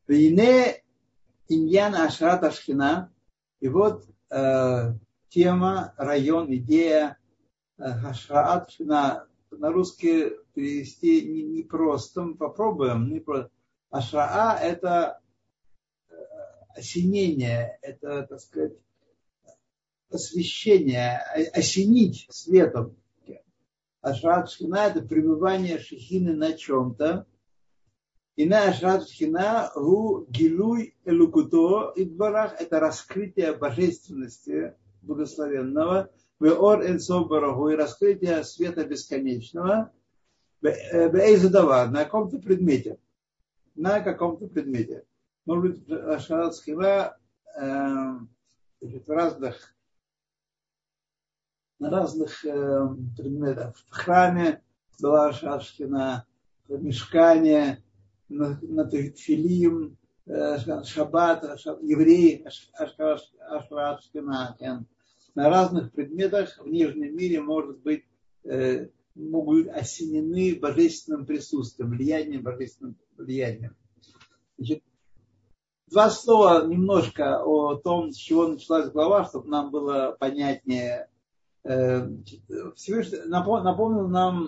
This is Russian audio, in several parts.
Вейне иньян ашрат ашхина. И вот тема, район, идея ашрат ашхина. На русский перевести непросто. Мы попробуем. Ашраа – это осенение, это, так сказать, освещение, осенить светом. Ашрат шхина – это пребывание шехины на чем-то. И на ашрат шхина гу гилуй элукуто идбарах – это раскрытие божественности благословенного. Веор энсов бараху – и раскрытие света бесконечного. Беэйзадавар – на каком-то предмете. На каком-то предмете. Может быть, ашрат шхина на разных предметах. В храме была ашрат шхина, в мишкане, на тфилим, шаббат, евреи, ашрат шхина. На разных предметах в нижнем мире могут быть осенены божественным присутствием, божественным влиянием. Значит, два слова немножко о том, с чего началась глава, чтобы нам было понятнее. Всевышний напомнил нам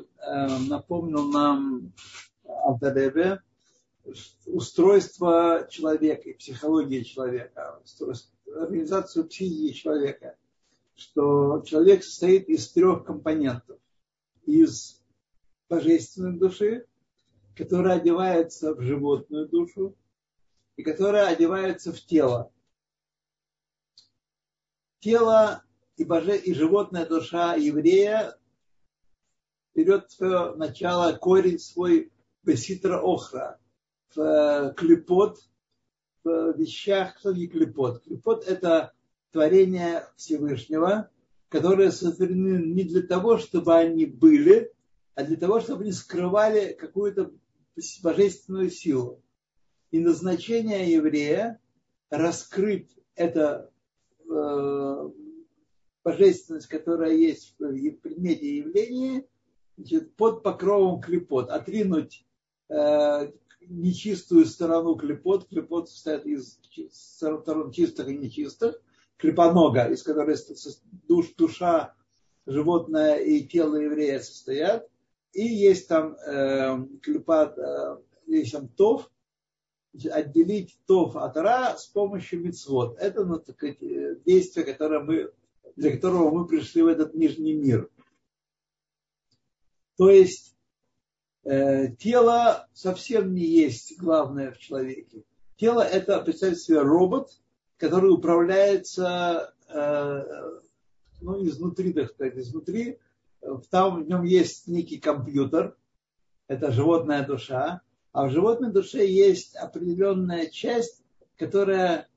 Алтер Ребе устройство человека и психологию человека, организацию психики человека, что человек состоит из трех компонентов. Из божественной души, которая одевается в животную душу, и которая одевается в тело. Тело и животная душа еврея берет свое начало, корень свой в ситра охра, в клипот, в вещах, что не клипот. Клипот – это творение Всевышнего, которые сотворены не для того, чтобы они были, а для того, чтобы они скрывали какую-то божественную силу. И назначение еврея раскрыть эту божественность, которая есть в предмете явления, значит, под покровом клипот. Отринуть нечистую сторону клипот. Клипот состоит из сторон чистых и нечистых. Клипонога, из которой душа животное и тело еврея состоят. И есть там клипат, есть там тов. Отделить тов от ра с помощью мицвот. Это действие, для которого мы пришли в этот нижний мир. То есть тело совсем не есть главное в человеке. Тело – это, представьте себе, робот, который управляется изнутри, так сказать, изнутри. Там в нем есть некий компьютер, это животная душа. А в животной душе есть определенная часть, которая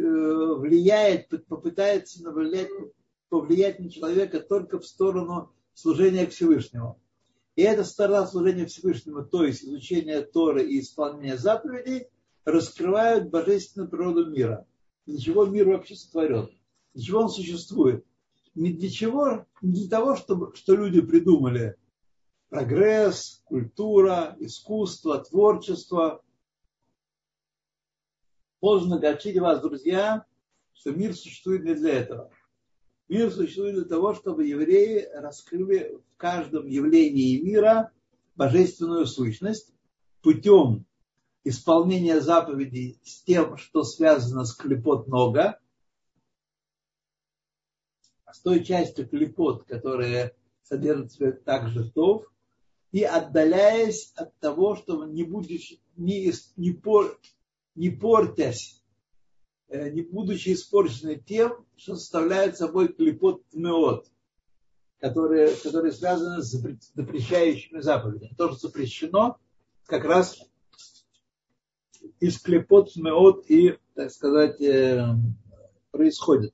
попытается повлиять на человека только в сторону служения к Всевышнему. И эта сторона служения Всевышнему, то есть изучение Торы и исполнение заповедей, раскрывают божественную природу мира. Для чего мир вообще сотворен? Для чего он существует? Не для того, что люди придумали прогресс, культура, искусство, творчество. Должен огорчить вас, друзья, что мир существует не для этого. Мир существует для того, чтобы евреи раскрыли в каждом явлении мира божественную сущность путем исполнения заповедей с тем, что связано с клипот нога, с той частью клипот, которая содержит в себе также тов, и отдаляясь от того, чтобы не портясь, не будучи испорчены тем, что составляет собой клипот тмеот, которые связаны с запрещающими заповедями. То, что запрещено, как раз из клипот тмеот и, так сказать, происходит.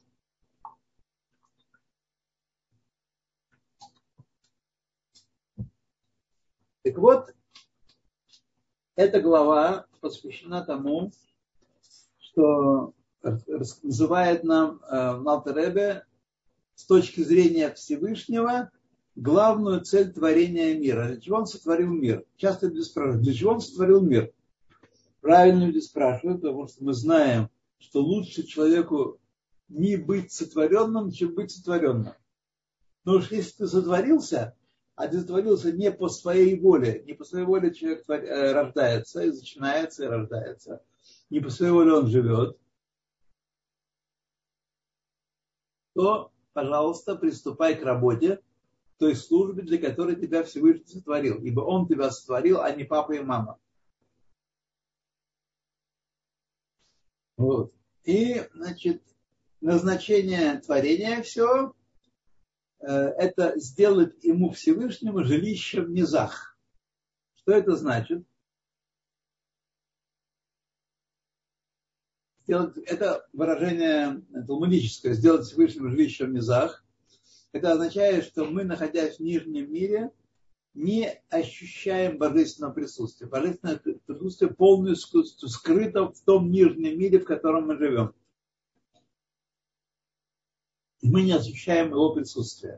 Так вот, эта глава посвящена тому, что называет нам Алтер Ребе с точки зрения Всевышнего главную цель творения мира. Для чего он сотворил мир? Часто люди спрашивают, для чего он сотворил мир? Правильно люди спрашивают, потому что мы знаем, что лучше человеку не быть сотворенным, чем быть сотворенным. Но уж если ты сотворился, а ты сотворился не по своей воле, не по своей воле человек рождается и начинается и рождается, не по своей воле он живет, то, пожалуйста, приступай к работе, той службе, для которой тебя Всевышний сотворил. Ибо он тебя сотворил, а не папа и мама. Вот. И, значит, назначение творения все это сделать ему Всевышнему жилище в низах. Что это значит? Это выражение талмудическое, сделать Всевышнему жилище в низах. Это означает, что мы, находясь в нижнем мире, не ощущаем божественного присутствия. Божественное присутствие полностью скрыто в том нижнем мире, в котором мы живем. Мы не ощущаем его присутствия.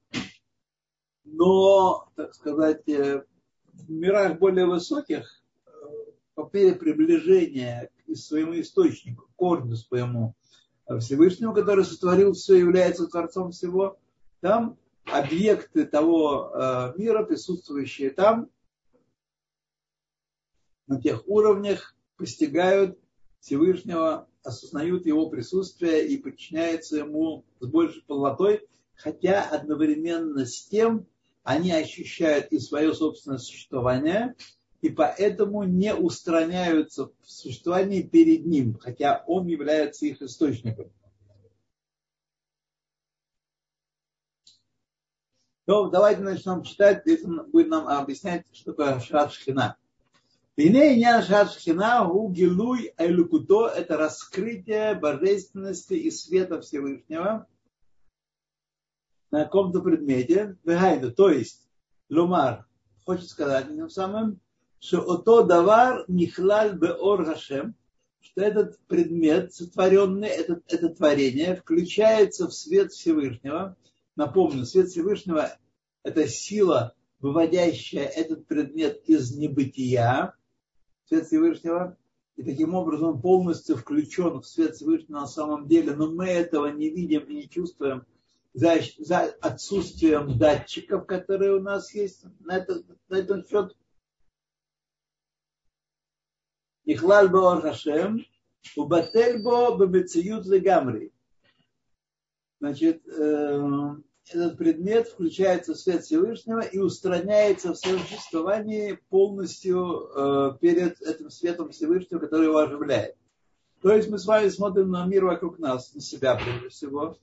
Но, так сказать, в мирах более высоких, по мере приближения к своему источнику, к корню своему Всевышнему, который сотворил все, является Творцом всего, там объекты того мира, присутствующие там, на тех уровнях, постигают Всевышнего, осознают его присутствие и подчиняются ему с большей полнотой, хотя одновременно с тем они ощущают и свое собственное существование, и поэтому не устраняются в существовании перед ним, хотя он является их источником. То давайте начнем читать, здесь он будет нам объяснять, что такое Ашрат Шхина. Ашрат Шхина у Гилуй Айлукуто – это раскрытие божественности и света Всевышнего на каком-то предмете. То есть, Лумар хочет сказать тем самым, что ото давар нихлаль беор Гашем, что этот предмет, сотворенный, это творение, включается в свет Всевышнего. Напомню, свет Всевышнего – это сила, выводящая этот предмет из небытия, свет Всевышнего, и таким образом он полностью включен в свет Всевышнего на самом деле, но мы этого не видим и не чувствуем за отсутствием датчиков, которые у нас есть на этот счет. Ихлаль беор Хашем, убатель бо бемециют легамри. Значит, этот предмет включается в свет Всевышнего и устраняется в своем существовании полностью перед этим светом Всевышнего, который его оживляет. То есть мы с вами смотрим на мир вокруг нас, на себя прежде всего,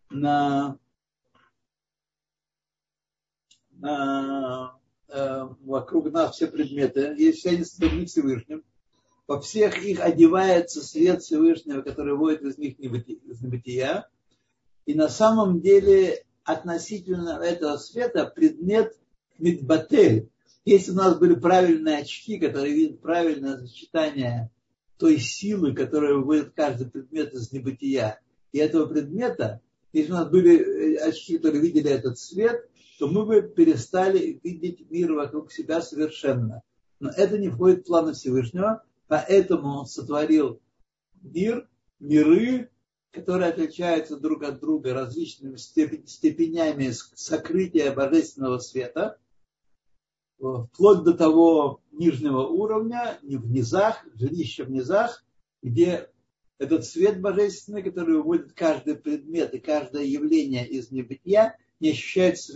вокруг нас все предметы, есть все они сотворены Всевышним. Во всех их одевается свет Всевышнего, который вводит из них из небытия. И на самом деле относительно этого света предмет митбатель. Если у нас были правильные очки, которые видят правильное сочетание той силы, которая выводит каждый предмет из небытия, и этого предмета, если у нас были очки, которые видели этот свет, то мы бы перестали видеть мир вокруг себя совершенно. Но это не входит в планы Всевышнего, поэтому он сотворил миры, которые отличаются друг от друга различными степенями сокрытия божественного света, вплоть до того нижнего уровня, в низах, жилища в низах, где этот свет божественный, который выводит каждый предмет и каждое явление из небытия, не ощущается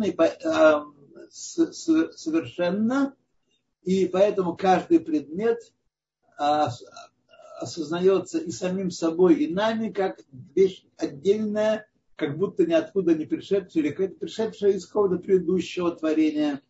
совершенно, и поэтому каждый предмет осознается и самим собой, и нами, как вещь отдельная, как будто ниоткуда не пришедшая, или какая-то пришедшая из какого-то предыдущего творения,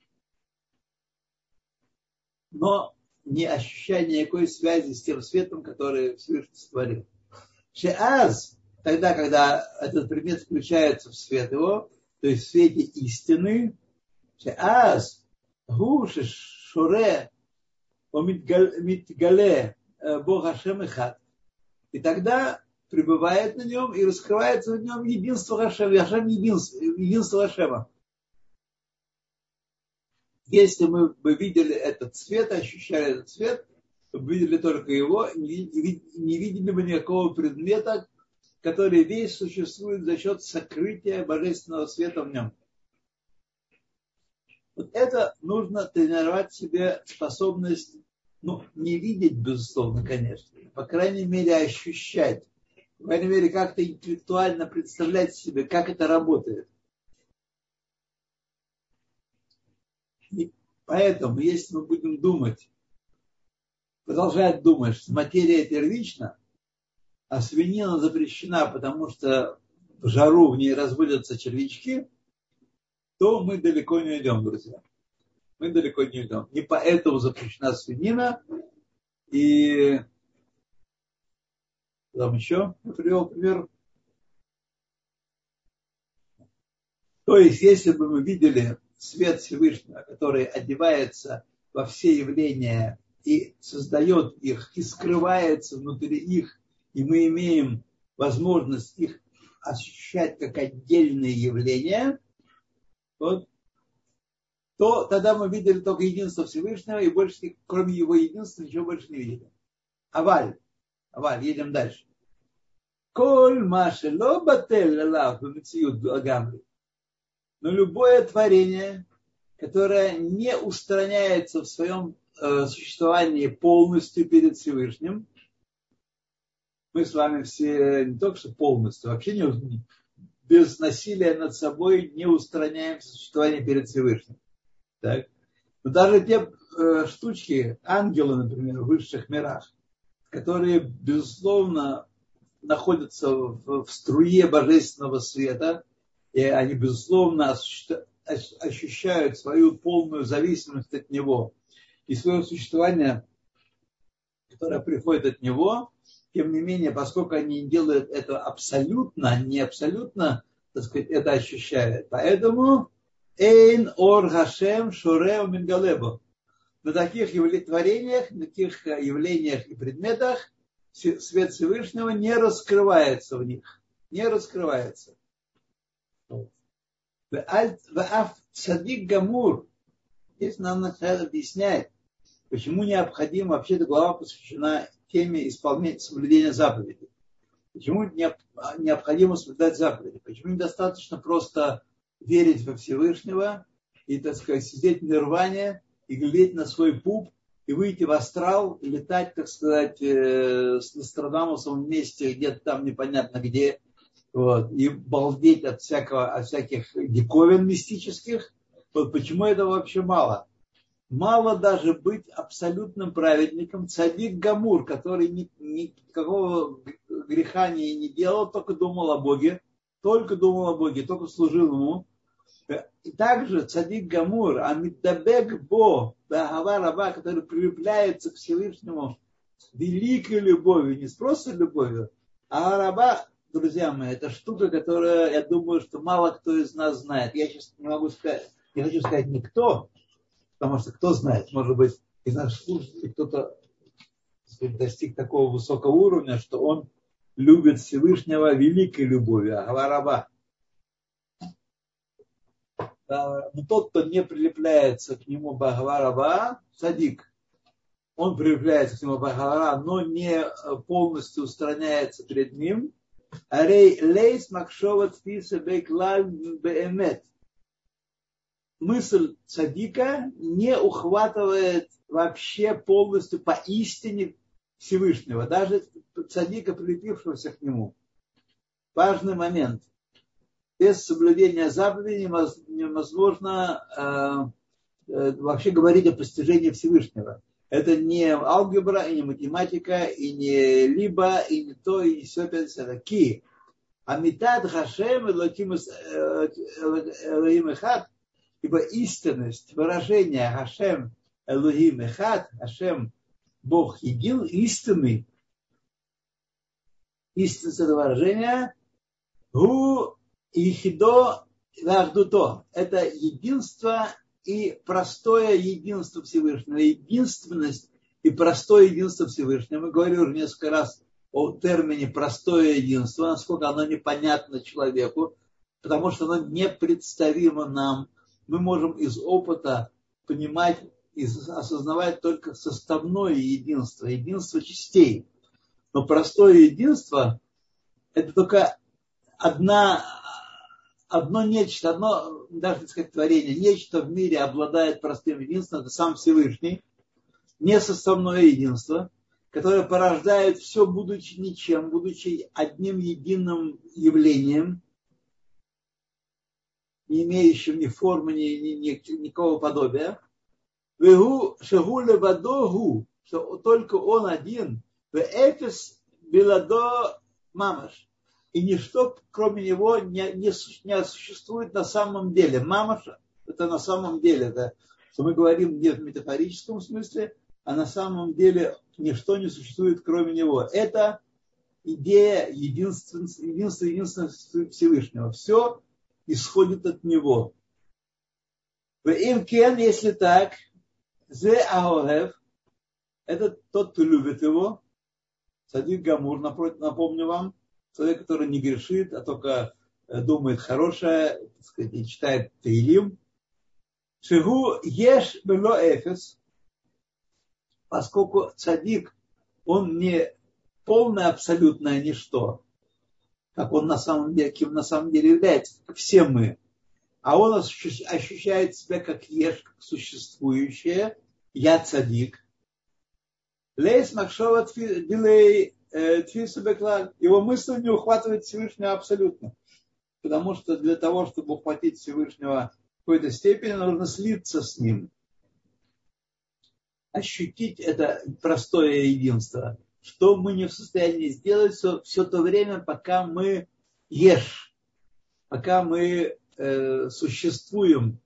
но не ощущая никакой связи с тем светом, который Всевышний сотворил. Шеаз, тогда, когда этот предмет включается в свет его, то есть в свете истины, шеаз, гу шоре, омитгале, Бог Хашем Эхад. И тогда пребывает на нем и раскрывается в нем единство Хашема, единство Хашема. Если мы бы видели этот цвет, ощущали этот цвет, чтобы видели только его, не видели бы никакого предмета, который весь существует за счет сокрытия божественного света в нем. Вот это нужно тренировать в себе способность, не видеть, безусловно, конечно, по крайней мере, ощущать, по крайней мере, как-то интеллектуально представлять себе, как это работает. И поэтому, если мы будем думать, продолжать думать, что материя первична, а свинина запрещена, потому что в жару в ней разводятся червячки, то мы далеко не идем, друзья. Мы далеко не идем. Не поэтому запрещена свинина. И там еще я привел пример. То есть, если бы мы видели свет Всевышнего, который одевается во все явления и создает их, и скрывается внутри их, и мы имеем возможность их ощущать как отдельные явления, вот, то тогда мы видели только единство Всевышнего, и больше, кроме его единства, ничего больше не видели. Аваль, едем дальше. Коль маше ло батель алав б'мециют агамри. Но любое творение, которое не устраняется в своем существовании полностью перед Всевышним, мы с вами все не только что полностью, вообще без насилия над собой не устраняем существование перед Всевышним. Так? Но даже те штучки, ангелы, например, в высших мирах, которые, безусловно, находятся в струе божественного света, и они, безусловно, ощущают свою полную зависимость от него и свое существование, которое приходит от него, тем не менее, поскольку они не делают это абсолютно, не абсолютно, так сказать, это ощущают. Поэтому эйн ор гашем шуреу мингалебо. На таких творениях, на таких явлениях и предметах свет Всевышнего не раскрывается в них. Не раскрывается. Садик Гамур. Здесь нам начинает объяснять, почему необходимо, вообще эта глава посвящена теме соблюдения заповедей. Почему необходимо соблюдать заповеди? Почему недостаточно просто верить во Всевышнего и, так сказать, сидеть в нирване и глядеть на свой пуп и выйти в астрал и летать, так сказать, с Нострадамусом вместе где-то там непонятно где, вот, и балдеть от всяких диковин мистических. Вот почему этого вообще мало? Мало даже быть абсолютным праведником, цадик Гамур, который никакого греха не делал, только думал о Боге, только служил ему. И также цадик Гамур, амиддабек бо, бахава раба, который прилепляется к Всевышнему великой любовью, не просто любовью, а раба, друзья мои, это штука, которая, я думаю, что мало кто из нас знает. Я сейчас не хочу сказать никто, потому что кто знает, может быть, из наших слушателей кто-то достиг такого высокого уровня, что он любит Всевышнего великой любовью, Агавараба. Но тот, кто не прилепляется к нему Багавараба, садик, он прилепляется к нему Багавара, но не полностью устраняется перед ним. Арей лейс макшова тфиса бейклаль беэмет. Мысль цадика не ухватывает вообще полностью по истине Всевышнего, даже цадика, прилепившегося к нему. Важный момент. Без соблюдения заповедей невозможно вообще говорить о постижении Всевышнего. Это не алгебра, и не математика, и не либо, и не то, и не все, это ки. Амитад Хашем Элоким Эхад. Ибо истинность выражения Хашем Элохим Эхад, Хашем Бог един, истинный, истинность этого выражения, Гу Ихидо Вахдуто. Это единство и простое единство Всевышнего, единственность и простое единство Всевышнего. Мы говорили уже несколько раз о термине простое единство, насколько оно непонятно человеку, потому что оно непредставимо нам. Мы можем из опыта понимать и осознавать только составное единство, единство частей. Но простое единство – это только одно нечто, одно, даже так сказать, творение, нечто в мире обладает простым единством, это сам Всевышний, несоставное единство, которое порождает все, будучи ничем, будучи одним единым явлением, не имеющим ни формы, никакого подобия. Вегу шагуле вадогу, что только он один, в эфес беладо мамаш. И ничто, кроме него, не существует на самом деле. Мамаш – это на самом деле, да, что мы говорим не в метафорическом смысле, а на самом деле ничто не существует, кроме него. Это идея единства Всевышнего. Все исходит от него. Если так, зе аорев, это тот, кто любит его, Цадик Гамур, напомню вам, человек, который не грешит, а только думает хорошее, так сказать, и читает Теилим. Шигу еш бело эфес, поскольку цадик, он не полное абсолютное ничто, как он на самом деле, кем на самом деле является, как все мы, а он ощущает себя как еш, как существующее, я цадик. Лейс махшова дилей тфису беклаль. Его мысль не ухватывает Всевышнего абсолютно. Потому что для того, чтобы ухватить Всевышнего в какой-то степени, нужно слиться с ним. Ощутить это простое единство. Что мы не в состоянии сделать все то время, пока мы ешь, пока мы существуем.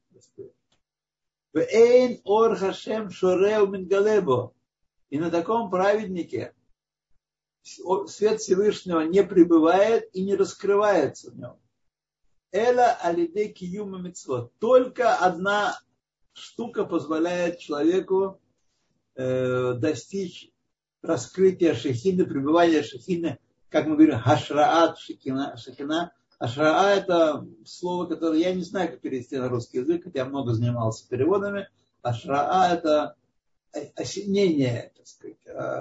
Вэйн ор хашем шореу мингалебо. И на таком праведнике свет Всевышнего не пребывает и не раскрывается в нем. Эла алиде киюма мицвот. Только одна штука позволяет человеку достичь раскрытия шехины, пребывания шехины, как мы говорим, хашраат шехина. Ашраа – это слово, которое я не знаю, как перевести на русский язык, хотя я много занимался переводами. Ашраа – это осенение, так сказать,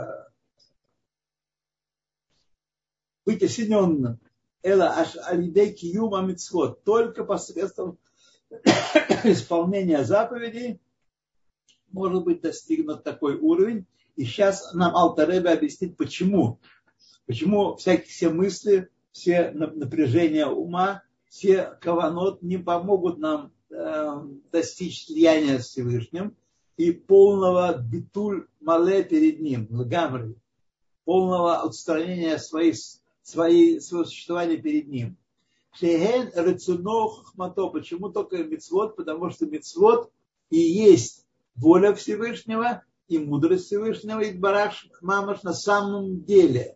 быть осененным. Эла аш алидей киюма мицвот. Только посредством исполнения заповедей может быть достигнут такой уровень. И сейчас нам Алтер Ребе объяснит, почему. Почему все мысли, все напряжения ума, все каванот не помогут нам достичь слияния с Всевышним и полного битуль мале перед ним, лгамри, полного отстранения своего существования перед ним. Шехен рецуно хохмато. Почему только мицвот? Потому что мицвот и есть воля Всевышнего и мудрость Всевышнего и бараш мамаш на самом деле.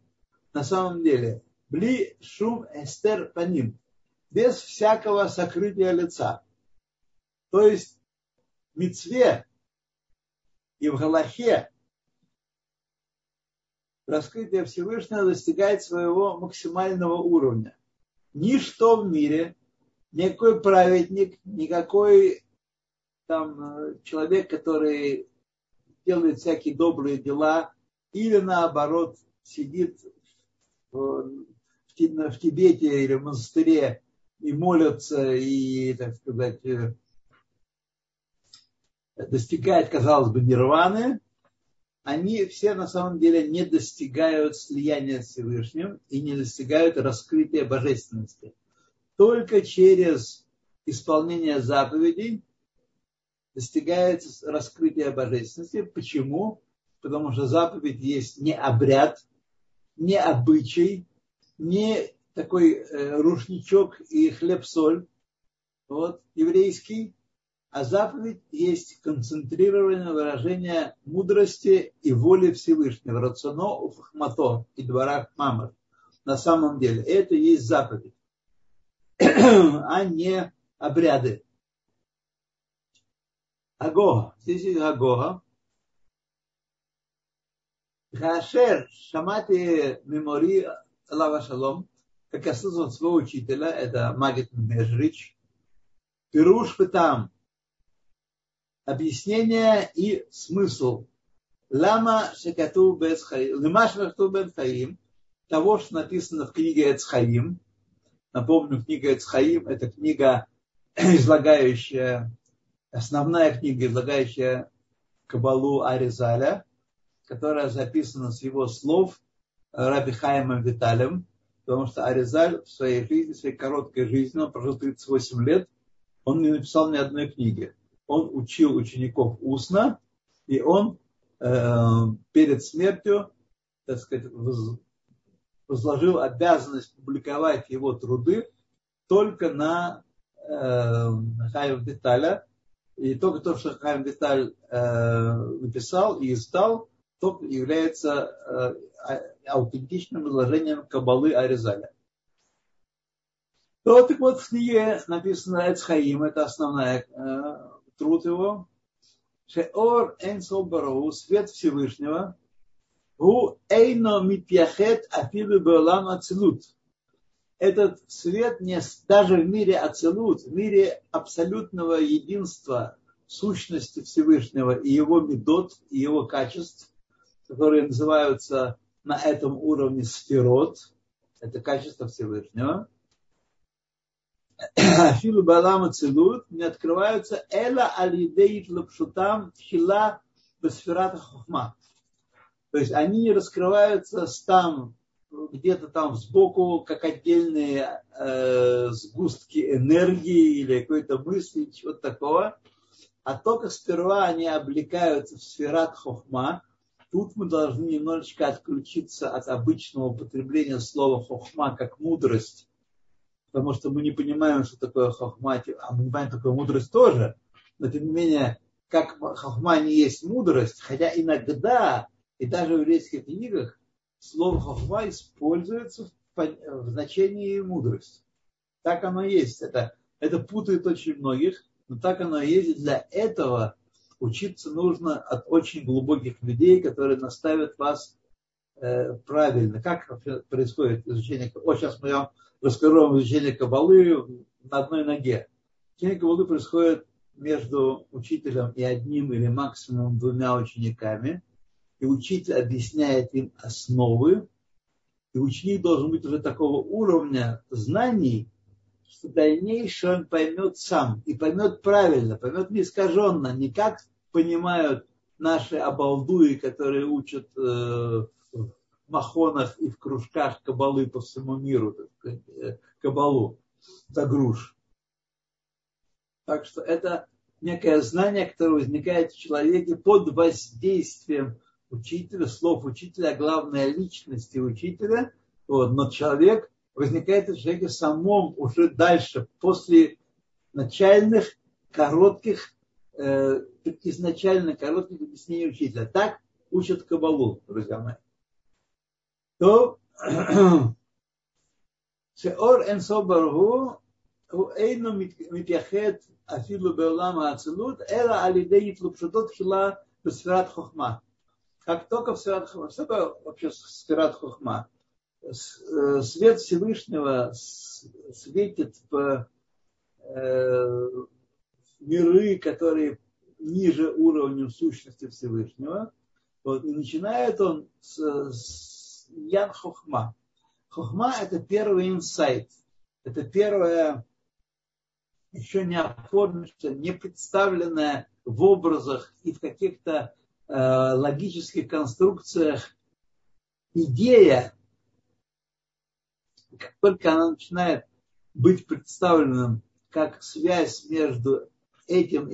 Бли шум эстер паним. Без всякого сокрытия лица. То есть в мицве и в галахе раскрытие Всевышнего достигает своего максимального уровня. Ничто в мире, никакой праведник, никакой там человек, который делает всякие добрые дела, или наоборот сидит в Тибете или в монастыре и молится, и, так сказать, достигает, казалось бы, нирваны, они все на самом деле не достигают слияния с Всевышним и не достигают раскрытия божественности. Только через исполнение заповедей достигается раскрытие божественности. Почему? Потому что заповедь есть не обряд, не обычай, не такой рушничок и хлеб-соль, вот, еврейский, а заповедь есть концентрированное выражение мудрости и воли Всевышнего, рационо ухмато и дворах мамар. На самом деле это есть заповедь, а не обряды. Агога. Здесь есть агога. Хашер шамати мемори Аллаха шалом, как я слышал своего учителя, это Магит Межрич, Пируш Петам, объяснение и смысл. Лама шекату бен хаим. Лама шекату бен хаим. Того, что написано в книге Эц Хаим. Напомню, книга Эц Хаим – это книга, излагающая, основная книга, излагающая Кабалу Аризаля, которая записана с его слов Раби Хаимом Виталем, потому что Аризаль в своей жизни, в своей короткой жизни, он прожил 38 лет, он не написал ни одной книги. Он учил учеников устно, и он перед смертью, так сказать, возложил обязанность публиковать его труды только на Хаим Виталя. И только то, что Хаим Виталь написал и издал, только является аутентичным изложением Кабалы Аризаля. Так вот, в книге написано Эц Хаим, это основной труд его. Шеор эн сол бару, свет Всевышнего, у эйно митьяхет афилу беолам ацилут. Этот свет даже в мире ацилут, в мире абсолютного единства сущности Всевышнего и его медот, и его качеств, которые называются на этом уровне сферот, это качество Всевышнего. Афилу беолам ацилут не открываются эла алидеит лапшутам хила бесферата хохма. То есть они не раскрываются там, где-то там сбоку, как отдельные сгустки энергии или какой-то мысли, чего-то такого. А только сперва они облекаются в сферат хохма. Тут мы должны немножечко отключиться от обычного употребления слова хохма как мудрость. Потому что мы не понимаем, что такое хохма, а мы понимаем, что такое мудрость тоже. Но тем не менее, как хохма не есть мудрость, хотя иногда, и даже в еврейских книгах, слово хохма используется в значении мудрость. Так оно есть. Это путает очень многих, но так оно есть. И для этого учиться нужно от очень глубоких людей, которые наставят вас правильно. Как происходит изучение? Вот сейчас мы вам расскажу вам изучение Кабалы на одной ноге. Изучение Кабалы происходит между учителем и одним или максимум двумя учениками. И учитель объясняет им основы, и ученик должен быть уже такого уровня знаний, что дальнейшее он поймет сам, и поймет правильно, поймет не искаженно, не как понимают наши обалдуи, которые учат в махонах и в кружках кабалы по всему миру, так сказать, кабалу за груш. Так что это некое знание, которое возникает в человеке под воздействием учителя, слов учителя, а главное личности учителя. Вот. Но человек возникает в человеке самом уже дальше, после начальных коротких, изначально коротких объяснений учителя. Так учат Кабалу, друзья мои. То Шеор эн собаргу у эйну митьяхет афилу беолама ацилут эла алидеит лупшутот хила бесферат хохма. Как только в сферат хохма, что такое вообще сферат хохма? Свет Всевышнего светит в миры, которые ниже уровня сущности Всевышнего. Вот, и начинает он с Ян Хохма. Хохма – это первый инсайт. Это первое, еще не оформленное, не представленное в образах и в каких-то логических конструкциях идея. Как только она начинает быть представленным как связь между этим,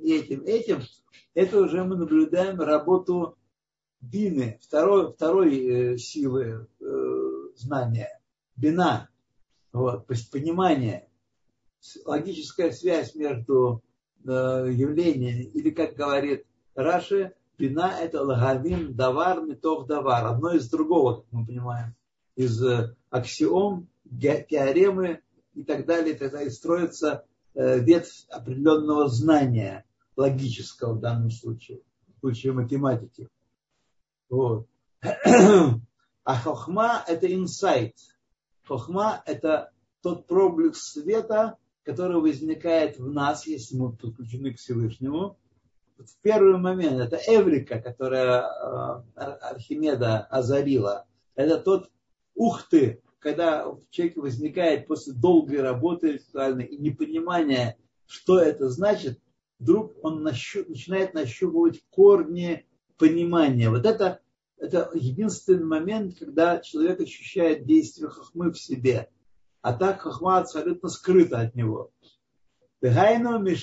это уже мы наблюдаем работу бины, второй силы знания, бина, вот, понимание, логическая связь между явлениями, или, как говорит Раши, бина – это лагавин, давар, метов, давар, одно из другого, как мы понимаем, из аксиом, теоремы и так далее, тогда и строится ветвь определенного знания, логического в данном случае, в случае математики. Вот. А хохма – это инсайт. Хохма – это тот проблеск света, который возникает в нас, если мы подключены к Всевышнему. вот в первый момент, это эврика, которая Архимеда озарила. Это тот ух ты, когда в человеке возникает после долгой работы ритуальной и непонимания, что это значит, вдруг он начинает нащупывать корни понимания. Вот это единственный момент, когда человек ощущает действие хохмы в себе. А так хохма абсолютно скрыта от него. То есть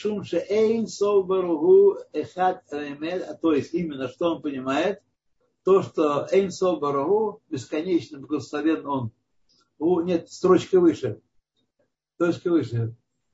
именно что он понимает, то, что Эйн Сол Барагу, бесконечно благословен он. Нет, строчка выше. Строчка выше.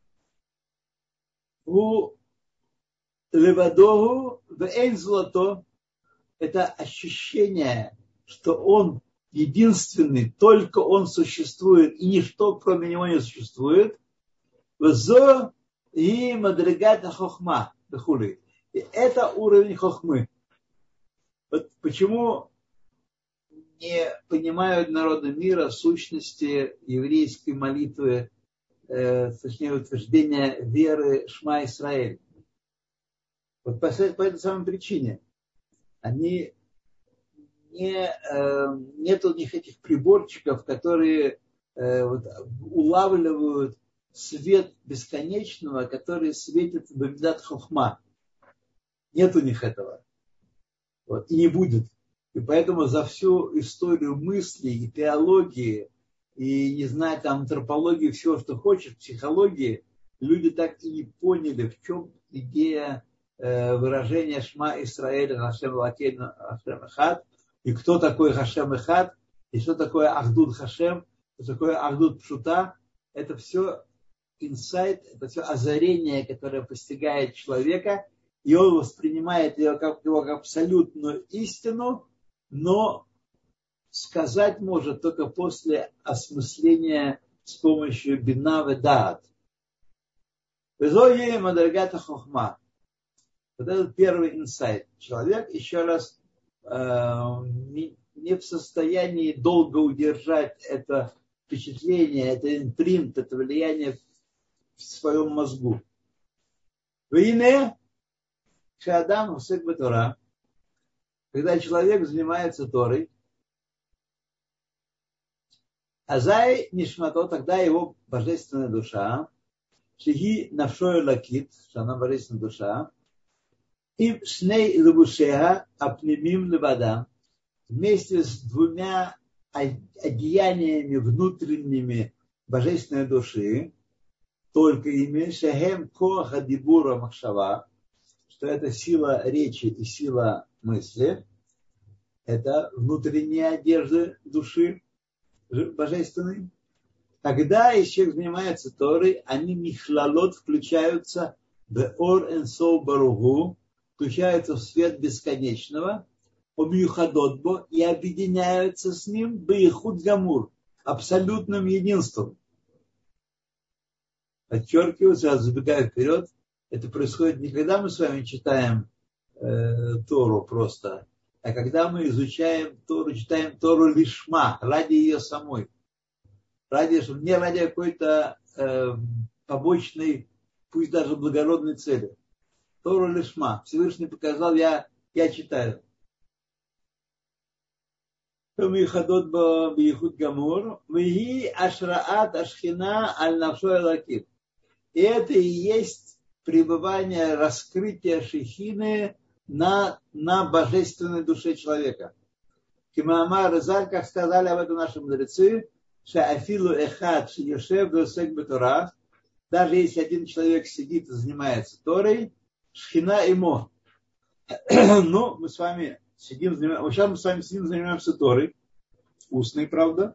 У Левадогу в Эйн Злато это ощущение, что он единственный, только он существует, и ничто кроме него не существует. Зо и мадригата хохма. И это уровень хохмы. Вот почему не понимают народы мира сущности еврейской молитвы, точнее утверждения веры Шма Исраэль. Вот по этой самой причине. Они нет у них этих приборчиков, которые улавливают свет бесконечного, который светит в Бамидат Хохма. Нет у них этого. Вот, и не будет. И поэтому за всю историю мыслей и теологии, и, не знаю, там, антропологии, всего, что хочешь, психологии, люди так и не поняли, в чем идея выражения Шма Исраэль, Хашем Лакейну, Хашем Эхад, и кто такой Хашем Эхад, и что такое Ахдуд Хашем, что такое Ахдуд Пшута. Это все инсайт, это все озарение, которое постигает человека, и он воспринимает его как абсолютную истину, но сказать может только после осмысления с помощью бина ве даат. Везоги мадрагата хохма. Вот это первый инсайт. Человек, еще раз, не в состоянии долго удержать это впечатление, это импринт, это влияние в своем мозгу. Вине шадам усек бетора. Когда человек занимается Торой, азай нишмато, тогда его божественная душа, шиги навшой лакит, что она божественная душа, и шней лебушеха апнемим левада, вместе с двумя одеяниями внутренними божественной души, только ими шехем коха дибура махшава, что это сила речи и сила мысли, это внутренние одежды души божественной. Когда человек занимается Торой, они михлалот включаются в ор энсов баругу, включаются в свет бесконечного, объюхадотбо и объединяются с ним бейхуд гамур, абсолютным единством. Подчеркиваю, сразу забегаю вперед, это происходит не когда мы с вами читаем Тору просто, а когда мы изучаем Тору, читаем Тору лишма, ради ее самой. Не ради какой-то побочной, пусть даже благородной цели. Тору лишма. Всевышний показал, я читаю. И это и есть пребывание, раскрытие шехины на божественной душе человека. Кимаамар Резаль, как сказали об этом наши мудрецы, шаафилу эхад шиешев досек бетора, даже если один человек сидит и занимается Торой, шхина имо. Ну, мы с вами сидим, сейчас мы с вами сидим, занимаемся Торой, устной, правда,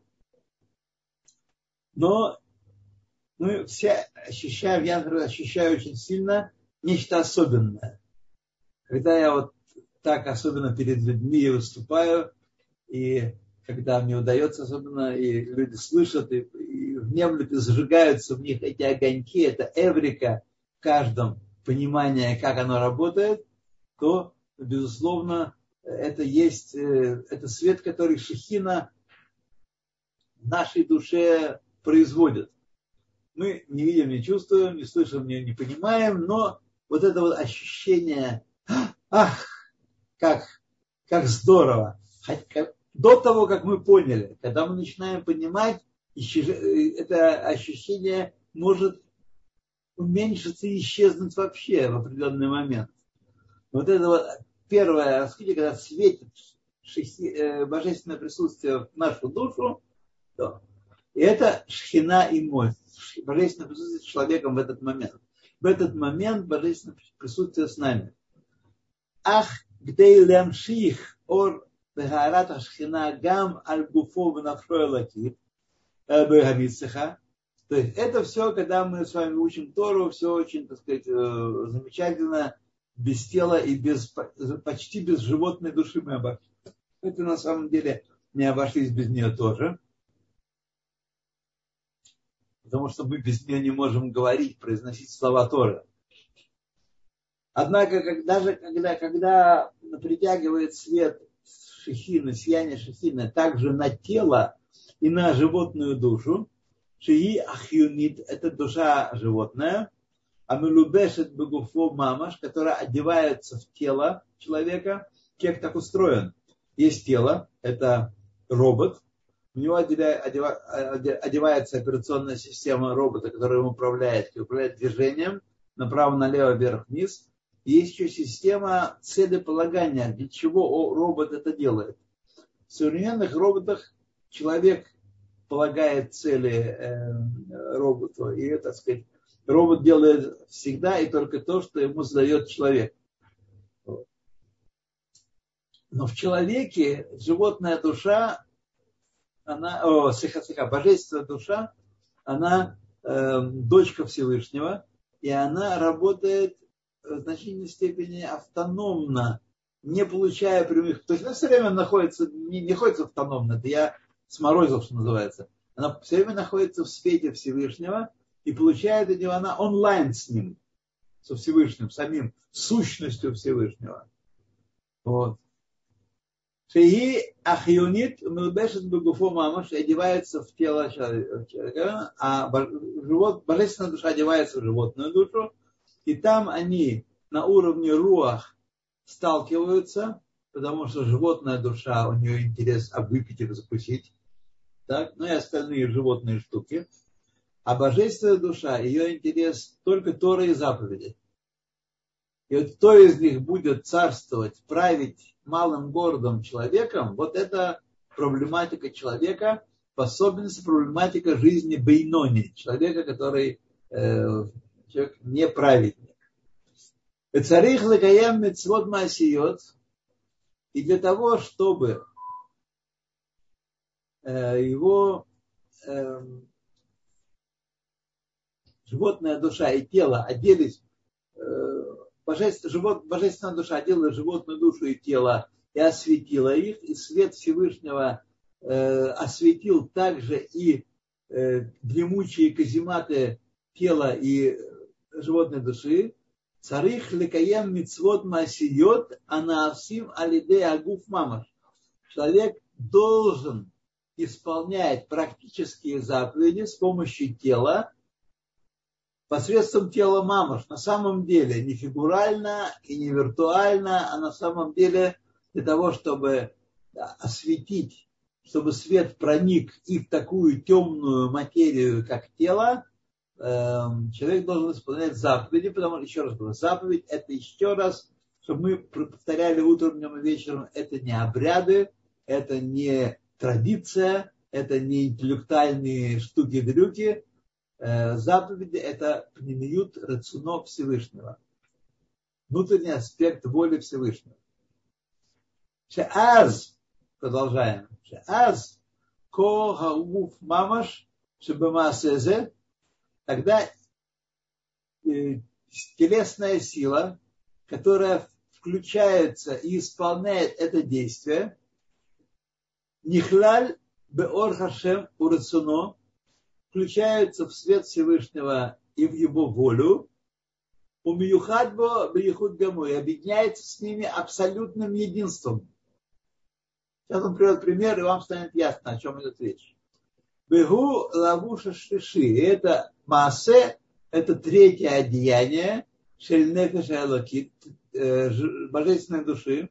но мы все ощущаем, я ощущаю очень сильно нечто особенное. Когда я вот так особенно перед людьми выступаю, и когда мне удается особенно, и люди слышат, и внемлют, и зажигаются в них эти огоньки, это эврика в каждом понимании, как оно работает, то, безусловно, это есть, это свет, который шехина в нашей душе производит. Мы не видим, не чувствуем, не слышим, не понимаем, но вот это вот ощущение, Ах, как здорово. До того, как мы поняли, когда мы начинаем понимать, это ощущение может уменьшиться и исчезнуть вообще в определенный момент. Вот это вот первое раскрытие, когда светит божественное присутствие в нашу душу, то, и это шхина и мощь. Божественное присутствие с человеком в этот момент. В этот момент божественное присутствие с нами. Ах, гдей лямших ор бехарат ашхина гам аль гуфо внафро элокит бехамицеха. То есть это все, когда мы с вами учим Тору, все очень, так сказать, замечательно, без тела и почти без животной души мы обошлись. Это на самом деле не обошлись без нее тоже. Потому что мы без нее не можем говорить, произносить слова Торы. Однако, когда притягивает свет шехины, сияние шехины, также на тело и на животную душу, шии ахюнит, это душа животная, а мелубешет бегуфо мамаш, которая одевается в тело человека. Человек так устроен. Есть тело, это робот, у него одевается операционная система робота, которая им управляет движением направо, налево, вверх, вниз. Есть еще система целеполагания, для чего робот это делает. В современных роботах человек полагает цели роботу, и, так сказать, робот делает всегда и только то, что ему задает человек. Но в человеке животная душа, божественная душа, она дочка Всевышнего, и она работает в значительной степени автономно, не получая прямых... То есть она все время находится, не находится автономно, это я сморозил, что называется. Она все время находится в свете Всевышнего и получает от него, она онлайн с ним, со Всевышним, самим, сущностью Всевышнего. Вот. Шеи ахионит мелбешет бегуфо мамаш, одевается в тело человека, а божественная душа одевается в животную душу, и там они на уровне руах сталкиваются, потому что животная душа, у нее интерес выпить или закусить, так? Ну и остальные животные штуки. А божественная душа, ее интерес только Тора и заповеди. И вот кто из них будет царствовать, править малым городом человеком, вот это проблематика человека, в особенности проблематика жизни бейнони, человека, который человек не праведник. Царих лекаем мицвот маасиот, и для того, чтобы его животная душа и тело оделись, божественная душа одела животную душу и тело и осветила их, и свет Всевышнего осветил также и дремучие казематы тела и животной души. Царих лекаем мицвот маасиот анаасим алиде агуф мамаш. Человек должен исполнять практические заповеди с помощью тела, посредством тела мамаш. На самом деле не фигурально и не виртуально, а на самом деле для того, чтобы осветить, чтобы свет проник и в такую темную материю, как тело, человек должен исполнять заповеди, потому что, еще раз говорю, заповедь это еще раз, чтобы мы повторяли утром, днем и вечером, это не обряды, это не традиция, это не интеллектуальные штуки-дрюки. Заповеди это пнемиют рацуно Всевышнего, внутренний аспект воли Всевышнего. Шеаз, продолжаем, шеаз ко хауф мамаш шебамасезе, тогда телесная сила, которая включается и исполняет это действие, нихлаль беор хашем урацуно, включаются в свет Всевышнего и в его волю, умиюхадбо бейхуд гаму, и объединяется с ними абсолютным единством. Сейчас он приведет пример, и вам станет ясно, о чем идет речь. Бегу лавуша шлиши, это маасе, это третье одеяние, шельнефеш элокит, божественной души.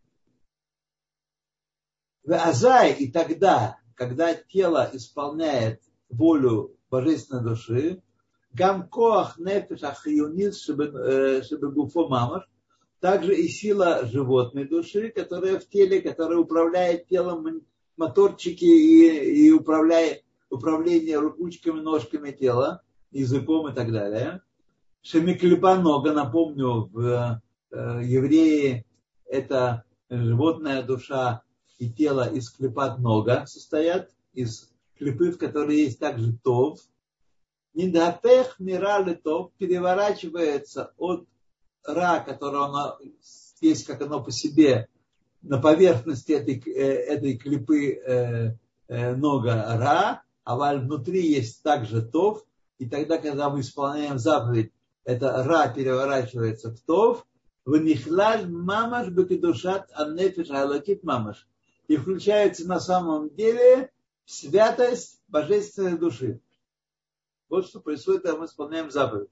В Азай, и тогда, когда тело исполняет волю божественной души, гам коах нефеш ахиюнис шебегуфо мамаш, также и сила животной души, которая в теле, которая управляет телом, моторчики и управление ручками, ножками тела, языком и так далее. Шемиклипа нога, напомню, в евреи это животная душа и тело из клипат нога состоят, из клипы, в которой есть также тов. Ниндапех мира литов переворачивается от ра, которое оно есть, как оно по себе, на поверхности этой клипы нога ра, а внутри есть также тов, и тогда, когда мы исполняем заповедь, это ра переворачивается в тов, вынихлаль мамаш бекедушат аннефиш алакит мамаш, и включается на самом деле в святость божественной души. Вот что происходит, когда мы исполняем заповедь.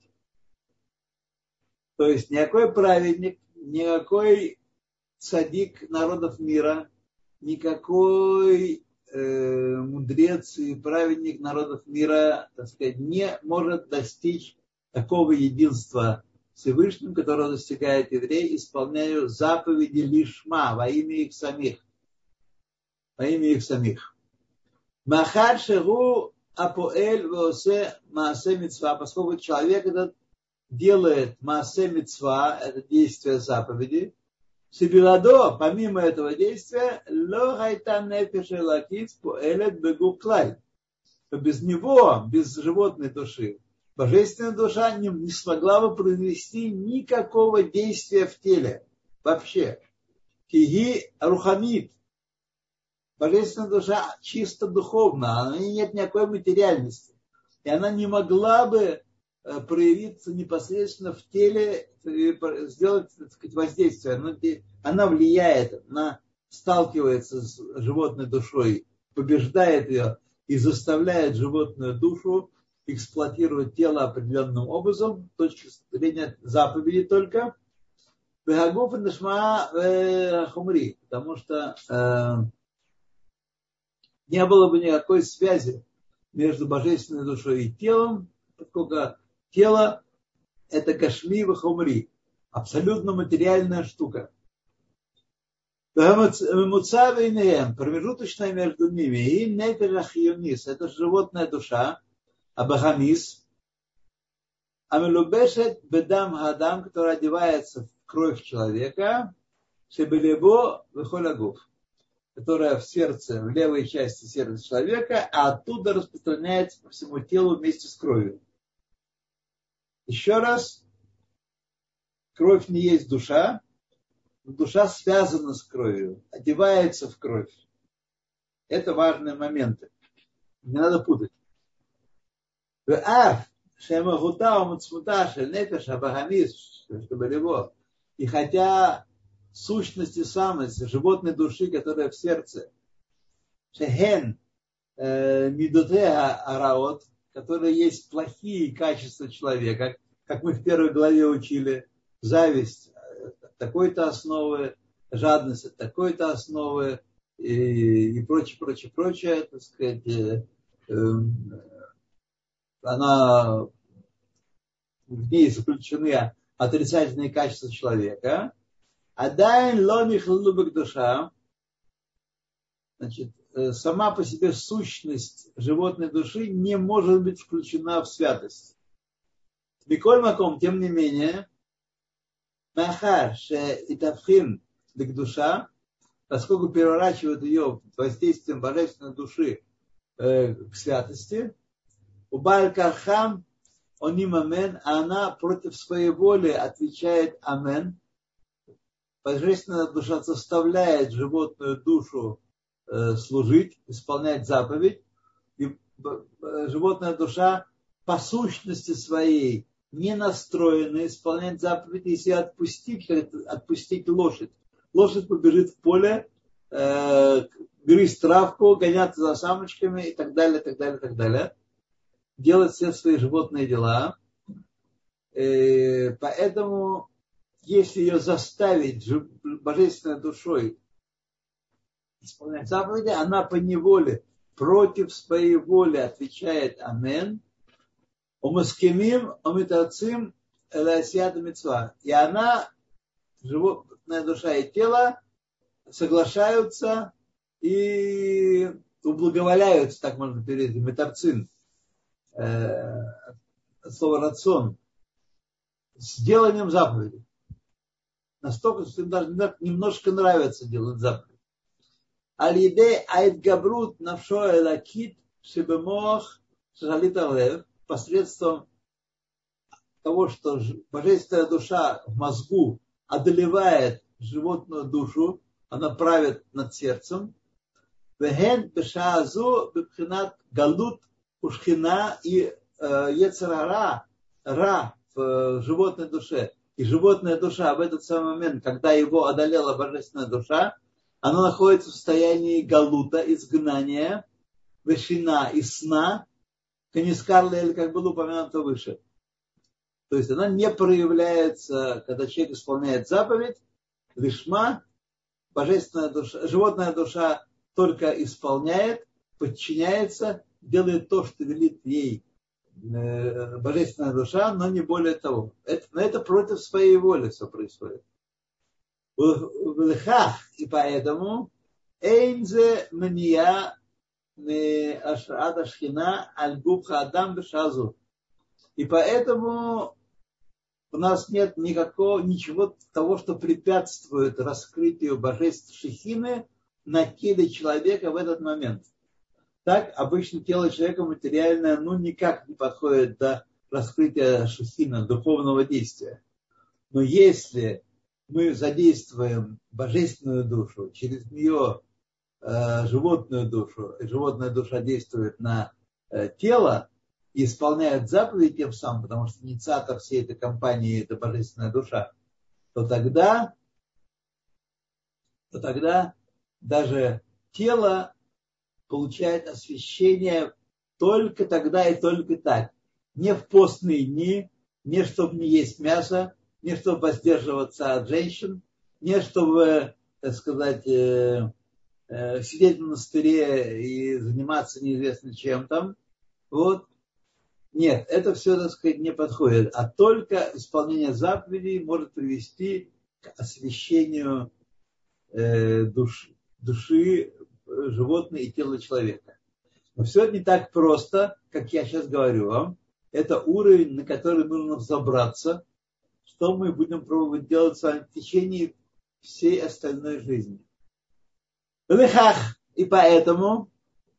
То есть никакой праведник, никакой цадик народов мира, никакой мудрец и праведник народов мира, так сказать, не может достичь такого единства Всевышним, которого достигает еврей, исполняя заповеди лишма во имя их самих. Во имя их самих. Махар шегу апоэль восе маасе мицва, поскольку человек этот делает маасе мицва, это действие заповеди, Сибиладо, помимо этого действия, ло хайта нефеш элокит поэлет бегу клаль. Без него, без животной души, божественная душа не смогла бы произвести никакого действия в теле. Вообще. Киги руханит. Божественная душа чисто духовна, у нее нет никакой материальности. И она не могла бы проявиться непосредственно в теле, сделать, так сказать, воздействие. Она влияет, она сталкивается с животной душой, побеждает ее и заставляет животную душу эксплуатировать тело определенным образом, с точки зрения заповеди только. Потому что не было бы никакой связи между божественной душой и телом, поскольку тело – это гашми вахумри, абсолютно материальная штука. Промежуточная между ними и нефеш ахионис – это животная душа, абахамис, амелубешет бедам гадам, которая одевается в кровь человека, шебелебо вехолягуф, которая в сердце, в левой части сердца человека, а оттуда распространяется по всему телу вместе с кровью. Еще раз, кровь не есть душа, но душа связана с кровью, одевается в кровь. Это важные моменты. Не надо путать. И хотя сущность и самость животной души, которая в сердце, шехен мидотеа араот, которые есть плохие качества человека, как мы в первой главе учили, зависть от такой-то основы, жадность от такой-то основы и прочее, так сказать, в ней заключены отрицательные качества человека. Адайн ломих лубек душа, значит, сама по себе сущность животной души не может быть включена в святость. Биколь маком, тем не менее, махар ше итавхин лик душа, поскольку переворачивает ее воздействием божественной души к святости, убаль кархам оним амен, а она против своей воли отвечает амен. Божественная душа заставляет животную душу служить, исполнять заповедь. И животная душа по сущности своей не настроена исполнять заповедь, если отпустить лошадь. Лошадь побежит в поле, грызть травку, гоняться за самочками и так далее, так далее, так далее. Делать все свои животные дела. Поэтому если ее заставить божественной душой исполнять заповеди, она поневоле против своей воли отвечает «Амен», «Умаскемим, омитарцим, эласията митцва». И она, животная душа и тело, соглашаются и ублаговоляются, так можно перевести, метарцин, слово рацион, с деланием заповедей. Настолько, что им даже немножко нравится делать заповедь. Аль-Идей Айд-Габрут Навшо Элакит Шибемох Шалиталев, посредством того, что божественная душа в мозгу одолевает животную душу, она правит над сердцем. Вехен Бешаазу Бепхинат Галут Ушхина и Ецарара Ра в животной душе. И животная душа в этот самый момент, когда его одолела божественная душа, она находится в состоянии галута, изгнания, вешина и сна, канискарля, или как было упомянуто выше. То есть она не проявляется, когда человек исполняет заповедь, лишма, божественная душа, животная душа только исполняет, подчиняется, делает то, что велит ей божественная душа, но не более того. Это против своей воли все происходит. И поэтому эйнзе мния ашрата шхина аль-губха адам бешазу. И поэтому у нас нет ничего того, что препятствует раскрытию божества шехины на теле человека в этот момент. Так обычно тело человека материальное никак не подходит до раскрытия шехина, духовного действия. Но если мы задействуем божественную душу, через нее животную душу, и животная душа действует на тело и исполняет заповеди тем самым, потому что инициатор всей этой кампании – это божественная душа, то тогда даже тело получает освящение только тогда и только так. Не в постные дни, не чтобы не есть мясо, не чтобы воздерживаться от женщин, не чтобы, так сказать, сидеть в монастыре и заниматься неизвестно чем там. Вот. Нет, это все, так сказать, не подходит. А только исполнение заповедей может привести к освящению души животного и тела человека. Но все это не так просто, как я сейчас говорю вам. Это уровень, на который нужно взобраться, что мы будем пробовать делать с вами в течение всей остальной жизни. И поэтому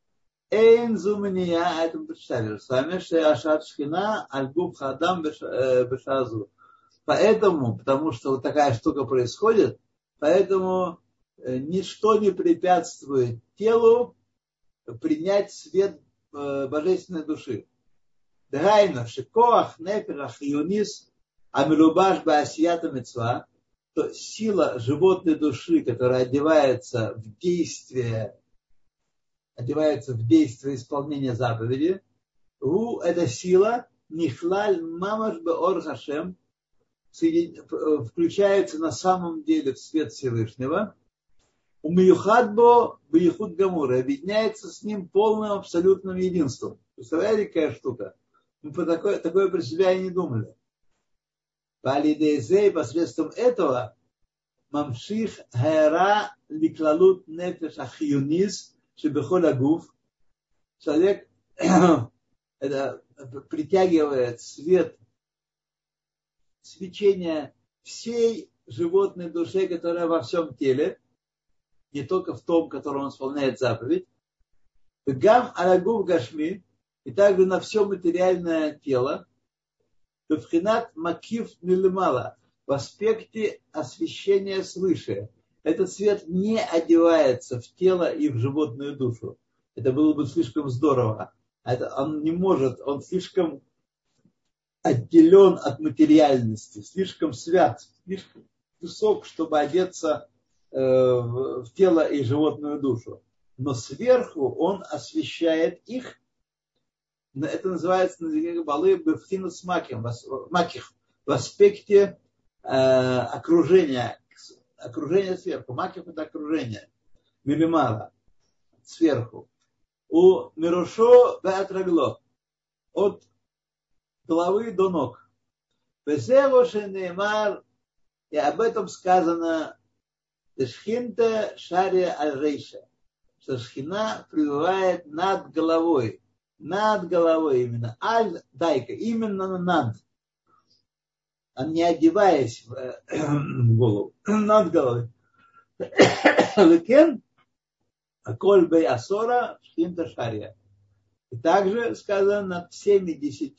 а это мы прочитали с вами, что ашат шхина аль-губ хадам бешазу. Поэтому, потому что вот такая штука происходит, поэтому ничто не препятствует телу принять свет божественной души. Дгайна шикоах неферах юнис амилубаш баасията мицва, то сила животной души, которая одевается в действие исполнения заповеди, эта сила нихлаль мамаш беор хашем, включается на самом деле в свет Всевышнего, умиюхадбо бейхуд гамура, объединяется с ним полным абсолютным единством. Представляете, какая штука? Мы такое про себя и не думали. Валидезей, посредством этого, мамших хэра ликлалут нефеш ахьюниз шебехоль агуф, человек это притягивает свечение всей животной душе, которая во всем теле, не только в том, котором он исполняет заповедь, гам алягуф гашми, и также на все материальное тело, бевхинат макиф милимала, в аспекте освещения свыше. Этот свет не одевается в тело и в животную душу. Это было бы слишком здорово. Он не может, он слишком отделен от материальности, слишком свят, слишком высок, чтобы одеться в тело и животную душу. Но сверху он освещает их. Это называется на языке Каббалы бефхинус маких, в аспекте окружение сверху. Макев это окружение. Милимала. Сверху. У Мирушо Беатрагло. От головы до ног. Везевоши Неймар. И об этом сказано Шхинта Шария Аль-Рейша. Что Шхина пребывает над головой. Над головой именно. Аль-Дайка. Именно над. А не одеваясь в голову. Над головой. Лекен. Коль бей асора Шхинта Шария. И также сказано над всеми 10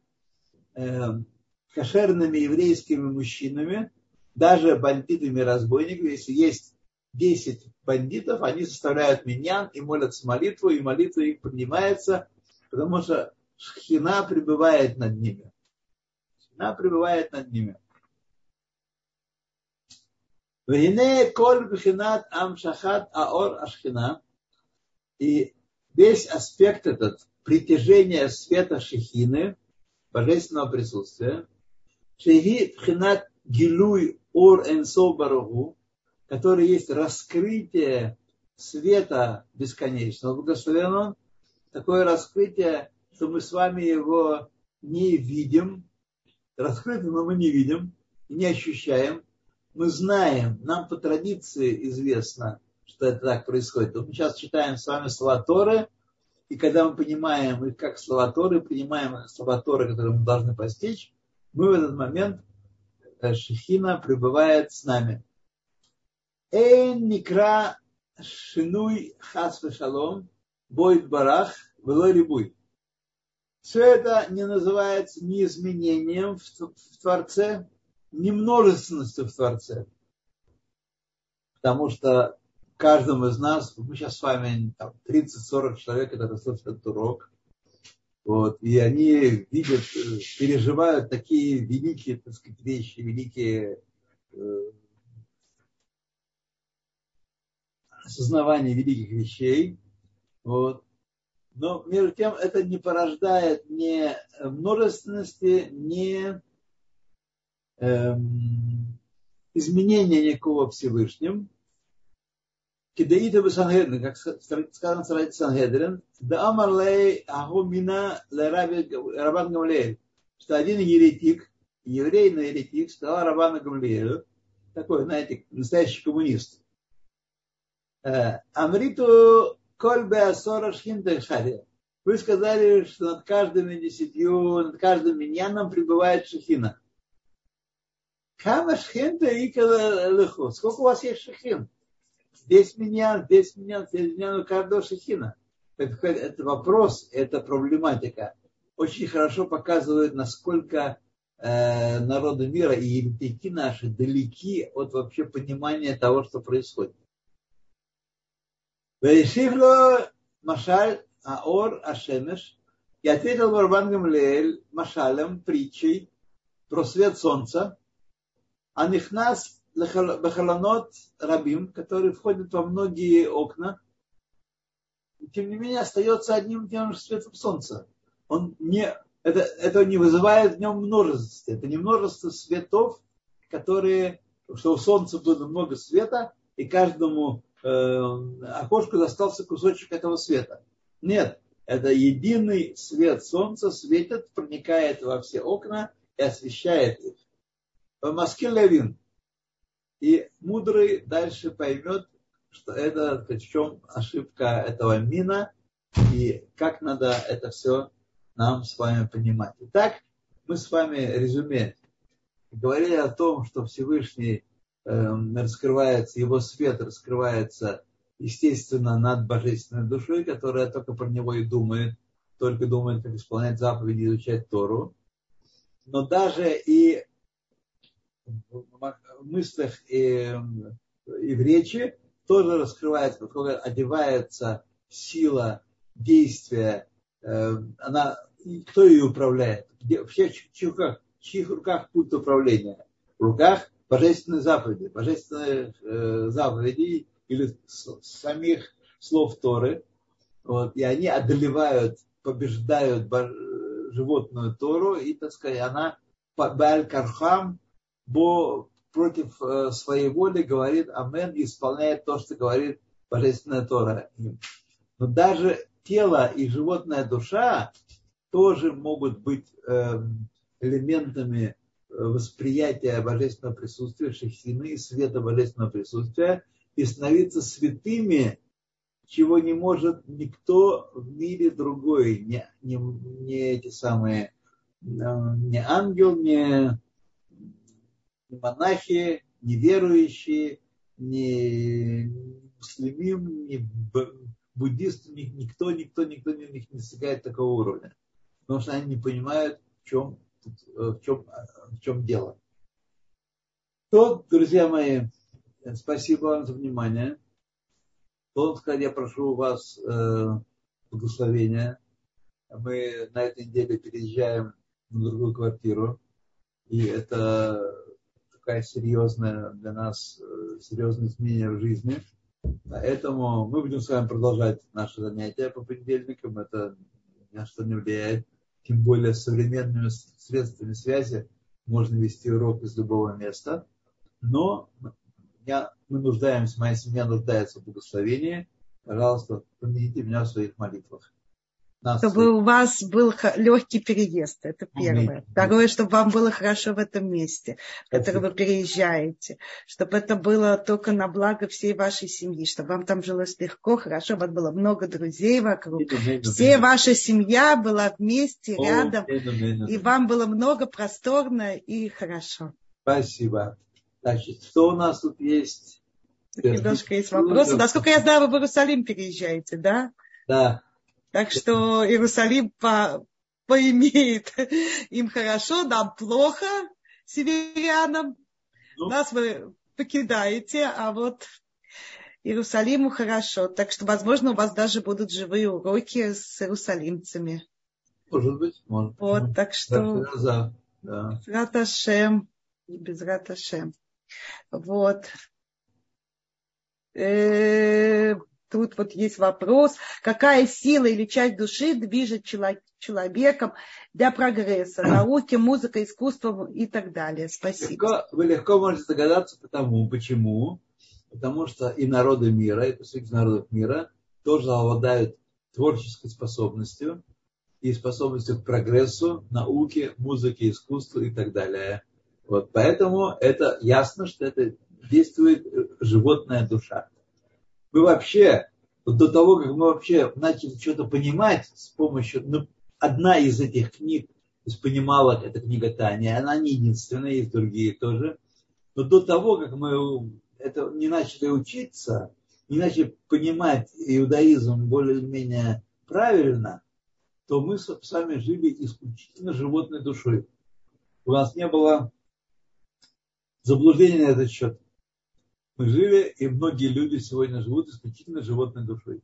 кошерными еврейскими мужчинами, даже бандитами и разбойниками, если есть 10 бандитов, они составляют миньян и молятся молитву, и молитва их принимается, потому что Шхина пребывает над ними. Шхина пребывает над ними. Вегине коль бхинат амшахат аор ашхина. И весь аспект этот притяжения света Шехины, божественного присутствия, Шехи бхинат гилуй ор энсо баруху, который есть раскрытие света бесконечного, благословен он, такое раскрытие, что мы с вами его не видим, раскрыто, но мы не видим, не ощущаем. Мы знаем, нам по традиции известно, что это так происходит. Вот мы сейчас читаем с вами слова Торы, и когда мы понимаем их как слова Торы, принимаем слова Торы, которые мы должны постичь, мы в этот момент, Шехина пребывает с нами. Эйн никра шинуй хас вешалом бойт барах вело рибуй. Все это не называется ни изменением в Творце, ни множественностью в Творце. Потому что каждому из нас, мы сейчас с вами 30-40 человек, которые слушают этот урок, вот, и они видят, переживают такие великие, так сказать, вещи, великие осознавания великих вещей. Вот. Но между тем это не порождает ни множественности, ни изменения никакого Всевышним. Кидаита бы Сангедрин, как сказано в Сарайте Сангедрин, да амарлей агумина Рабан Гамлиэль, что один еретик, еврей, но еретик, сказал Рабану Гамлиэлю, такой, знаете, настоящий коммунист. Амриту коль беасора шхинта шария. Вы сказали, что над каждым 10, над каждым миньяном пребывает шехина. Кама шхинта и лехо. Сколько у вас есть шехин? Здесь миньян, у каждого шехина. Это вопрос, это проблематика. Очень хорошо показывает, насколько народы мира и еретики наши далеки от вообще понимания того, что происходит. Вейшивло машаль аор ашемеш. И ответил Рабан Гамлиэль машалем, притчей про свет солнца. Анихнас бахаланот рабим, который входит во многие окна. Тем не менее остается одним и тем же светом солнца. Это не вызывает в нем множество. Это не множество светов, которые, что у солнца было много света, и каждому окошку достался кусочек этого света. Нет, это единый свет солнца светит, проникает во все окна и освещает их. Маскиль левин. И мудрый дальше поймет, что это в чем ошибка этого мина и как надо это все нам с вами понимать. Итак, мы с вами резюме говорили о том, что Всевышний раскрывается, его свет раскрывается, естественно, над божественной душой, которая только про него и думает, только думает, как исполнять заповеди, изучать Тору. Но даже и в мыслях и в речи тоже раскрывается, как одевается сила действия, кто ее управляет, в чьих руках пульт управления, в руках божественной заповеди, или самих слов Торы, вот, и они одолевают, побеждают животную Тору, и, так сказать, она Бааль Кархам против своей воли говорит амен и исполняет то, что говорит Божественная Тора. Но даже тело и животная душа тоже могут быть элементами восприятия божественного присутствия, шехины и света божественного присутствия, и становиться святыми, чего не может никто в мире другой, не эти самые, не ангел, не монахи, не верующие, не муслимим, не буддисты, никто не достигает такого уровня. Потому что они не понимают, в чем дело. То, друзья мои, спасибо вам за внимание. Я прошу у вас благословения. Мы на этой неделе переезжаем на другую квартиру. И это такая серьезная для нас, серьезное изменение в жизни. Поэтому мы будем с вами продолжать наши занятия по понедельникам. Это ни на что не влияет. Тем более с современными средствами связи можно вести урок из любого места. Но мы нуждаемся, моя семья нуждается в благословении. Пожалуйста, помяните меня в своих молитвах. Чтобы у вас был легкий переезд, это первое. Второе, чтобы вам было хорошо в этом месте, в которое вы переезжаете. Чтобы это было только на благо всей вашей семьи, чтобы вам там жилось легко, хорошо, чтобы было много друзей вокруг. Вся ваша семья была вместе, рядом, и вам было много, просторно и хорошо. Спасибо. Значит, что у нас тут есть? Немножко есть вопросы. Насколько я знаю, вы в Иерусалим переезжаете, да? Да. Так что Иерусалим поимеет им хорошо, нам плохо, северянам. Нас вы покидаете, а вот Иерусалиму хорошо. Так что, возможно, у вас даже будут живые уроки с иерусалимцами. Может быть, может. Вот, так что да. Безрат Ашем, Безрат Ашем. Вот. Тут вот есть вопрос, какая сила или часть души движет человеком для прогресса, науки, музыка, искусство и так далее. Спасибо. Вы легко можете догадаться почему. Потому что и народы мира, и представители народов мира тоже обладают творческой способностью и способностью к прогрессу, науке, музыке, искусству и так далее. Вот, поэтому это ясно, что это действует животная душа. Мы вообще, до того, как мы вообще начали что-то понимать с помощью, одна из этих книг, то есть понимала, это книга Таня, она не единственная, есть другие тоже, но до того, как мы это не начали учиться, не начали понимать иудаизм более-менее правильно, то мы с вами жили исключительно животной душой. У нас не было заблуждения на этот счет. Мы жили, и многие люди сегодня живут исключительно животной душой.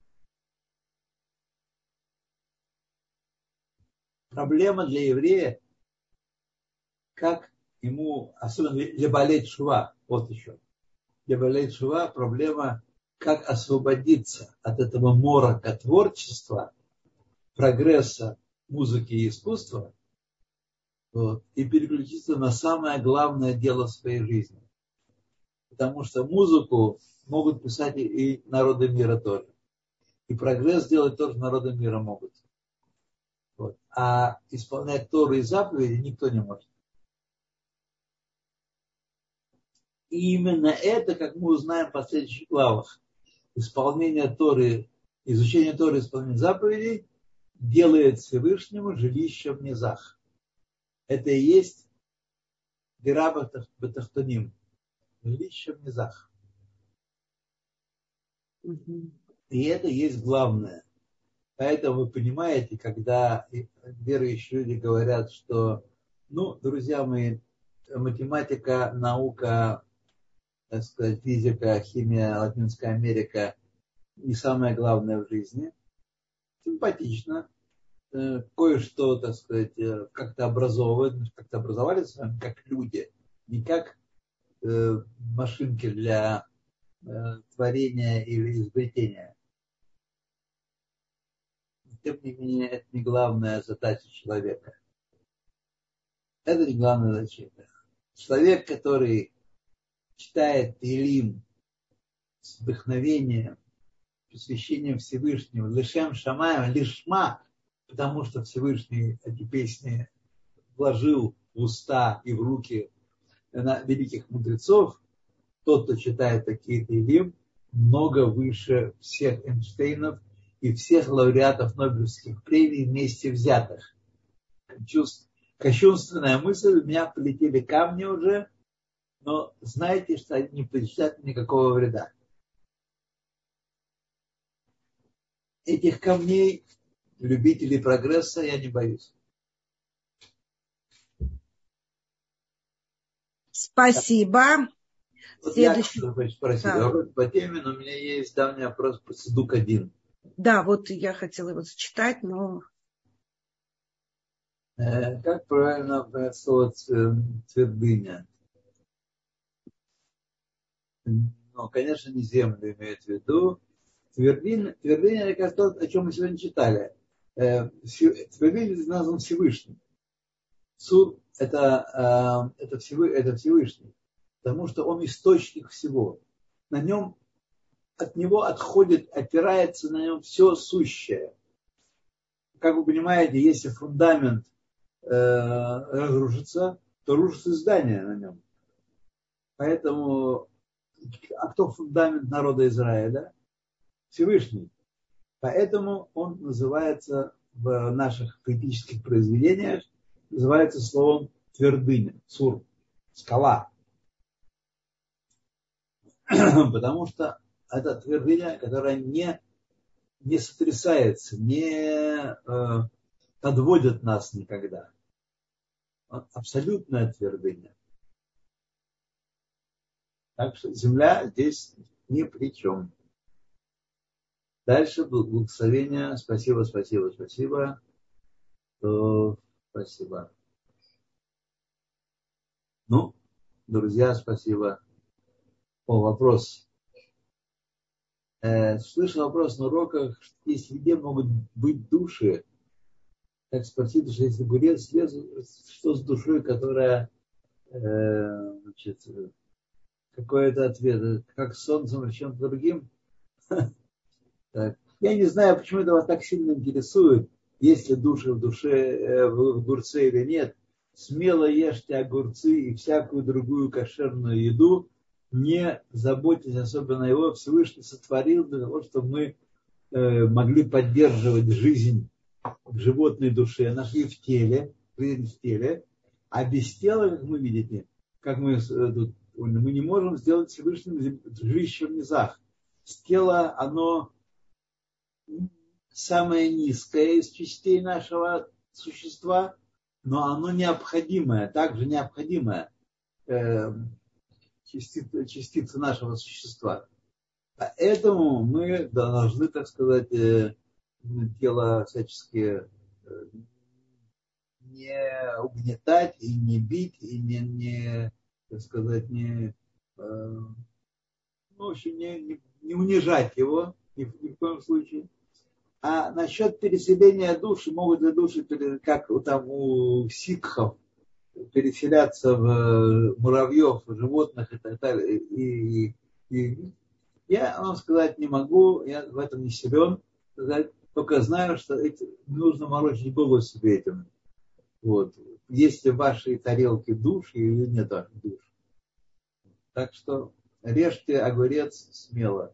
Проблема для еврея, как ему, особенно для болеть шува, вот еще. Для болеть шува проблема, как освободиться от этого морока творчества, прогресса музыки и искусства, вот, и переключиться на самое главное дело в своей жизни. Потому что музыку могут писать и народы мира тоже. И прогресс делать тоже народы мира могут. Вот. А исполнять Тору и заповеди никто не может. И именно это, как мы узнаем в последующих главах, исполнение Торы, изучение Торы и исполнение заповедей делает Всевышнему жилище в низах. Это и есть дира бетахтоним, жилище в низах. И это есть главное. Поэтому вы понимаете, когда верующие люди говорят, что, друзья мои, математика, наука, так сказать, физика, химия, Латинская Америка не самое главное в жизни. Симпатично. Кое-что, так сказать, как-то образовывает, как-то образовались с вами как люди, не как машинки для творения или изобретения. Тем не менее, это не главная задача человека. Это не главная задача человека. Человек, который читает Теилим с вдохновением, посвящением Всевышнему, лишем шамаем, лишма, потому что Всевышний эти песни вложил в уста и в руки великих мудрецов, тот, кто читает такие Теилим, много выше всех Эйнштейнов и всех лауреатов Нобелевских премий вместе взятых. Кощунственная мысль, у меня полетели камни уже, но знайте, что они не причинят никакого вреда. Этих камней, любителей прогресса, я не боюсь. Спасибо. Вот Следующий. Я спросил, да. По теме, но у меня есть давний вопрос по Седук 1. Да, вот я хотела его зачитать, но... Как правильно понять слово твердыня? Ну, конечно, не землю имеет в виду. Твердыня, это то, о чем мы сегодня читали. Твердыня назван Всевышний. Суд это Всевышний, потому что он источник всего. На нем, от него отходит, опирается на нем все сущее. Как вы понимаете, если фундамент разрушится, то рушится здание на нем. Поэтому, а кто фундамент народа Израиля? Всевышний. Поэтому он называется в наших поэтических произведениях, называется словом твердыня, цур, скала. Потому что это твердыня, которая не сотрясается, не подводит нас никогда. Абсолютная твердыня. Так что земля здесь ни при чем. Дальше благословение. Спасибо. Спасибо. Ну, друзья, спасибо. Вопрос. Слышал вопрос на уроках, что если где могут быть души, как спросить, что если огурец слезет, что с душой, которая какой-то ответ, как с солнцем или чем-то другим. Я не знаю, почему это вас так сильно интересует, есть ли души в душе, в огурце или нет. Смело ешьте огурцы и всякую другую кошерную еду, не заботьтесь особенно его. Всевышний сотворил для того, чтобы мы могли поддерживать жизнь в животной душе, нашей в теле, а без тела, как вы видите, как мы не можем сделать Всевышним жилище в низах. Тело, оно самое низкое из частей нашего существа, но оно необходимое, также необходимая частица нашего существа. Поэтому мы должны, так сказать, тело всячески не угнетать и не бить, и не так сказать, в общем, не унижать его ни в коем случае. А насчет переселения души, могут ли души, как там у сикхов, переселяться в муравьев, в животных и так далее. И я вам сказать не могу, я в этом не силен, только знаю, что нужно морочить голову себе этим. Вот. Есть ли в вашей тарелке души или нет ваших душ. Так что режьте огурец смело.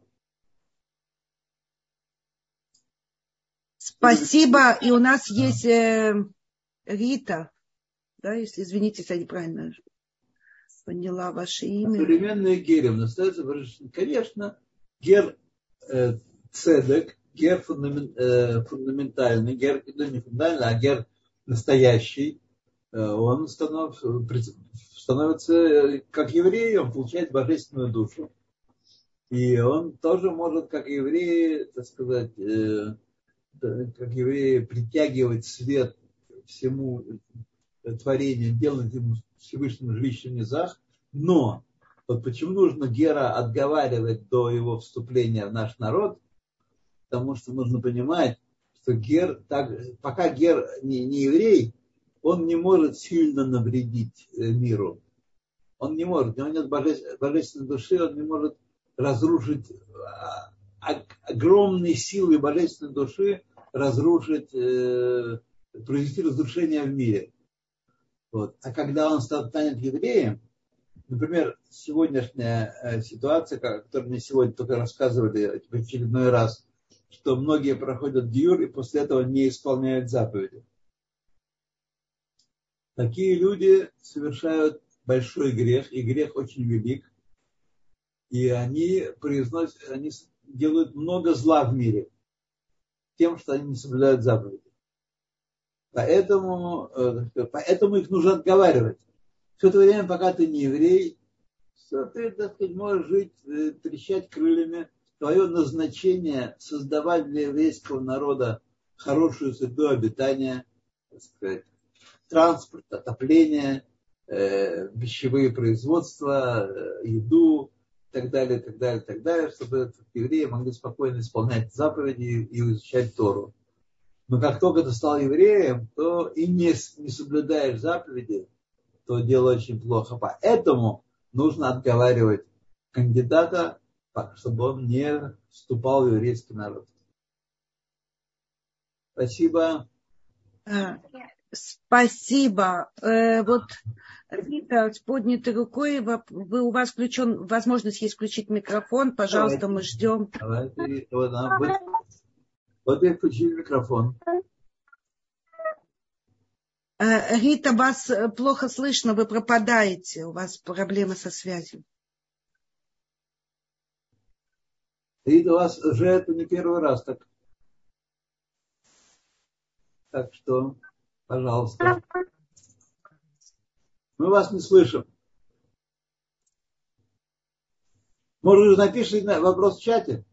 Спасибо. И у нас есть Рита. Да, если, извините, если я неправильно поняла ваше имя. Современный герем остается, конечно, гер цедек, гер фундаментальный, гер не фундаментальный, а гер настоящий, он становится как еврей, он получает божественную душу. И он тоже может, как еврей, так сказать, как евреи, притягивать свет всему творению, делать ему Всевышнему жилище в низах. Но вот почему нужно Гера отговаривать до его вступления в наш народ? Потому что нужно понимать, что Гер, пока Гер не еврей, он не может сильно навредить миру. Он не может, у него нет божественной души, он не может разрушить огромные силы божественной души, произвести разрушение в мире. Вот. А когда он станет евреем, например, сегодняшняя ситуация, которую мне сегодня только рассказывали в очередной раз, что многие проходят гиюр и после этого не исполняют заповеди. Такие люди совершают большой грех, и грех очень велик. И они делают много зла в мире тем, что они не соблюдают заповеди. Поэтому их нужно отговаривать. Все это время, пока ты не еврей, ты, так сказать, можешь жить, трещать крыльями. Твое назначение создавать для еврейского народа хорошую среду обитания, так сказать, транспорт, отопление, пищевые производства, еду и так далее, чтобы евреи могли спокойно исполнять заповеди и изучать Тору. Но как только ты стал евреем, то и не соблюдаешь заповеди, то дело очень плохо. Поэтому нужно отговаривать кандидата, чтобы он не вступал в еврейский народ. Спасибо. Спасибо. Вот Рита с поднятой рукой, у вас включен, возможность есть включить микрофон. Пожалуйста, мы ждем. Давайте. Вот я включил микрофон. Рита, вас плохо слышно, вы пропадаете, у вас проблемы со связью. Рита, у вас уже это не первый раз так. Так что, пожалуйста. Мы вас не слышим. Может, напишите вопрос в чате?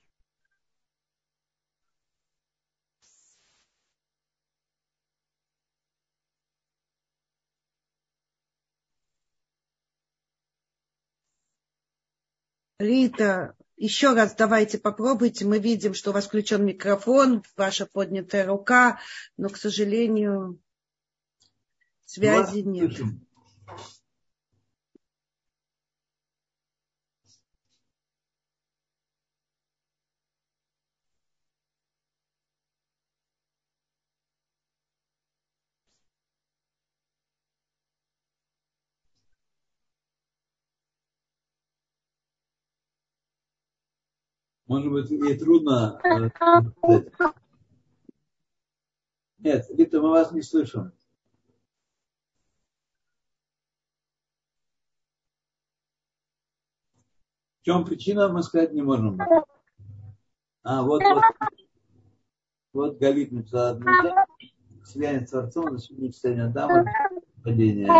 Рита, еще раз давайте попробуйте. Мы видим, что у вас включен микрофон, ваша поднятая рука, но, к сожалению, связи нет. Может быть, ей трудно. Нет, Рита, мы вас не слышим. В чем причина, мы сказать не можем. Вот Галит написал одну слияние с Творцом, засудить состояние Адама, падение.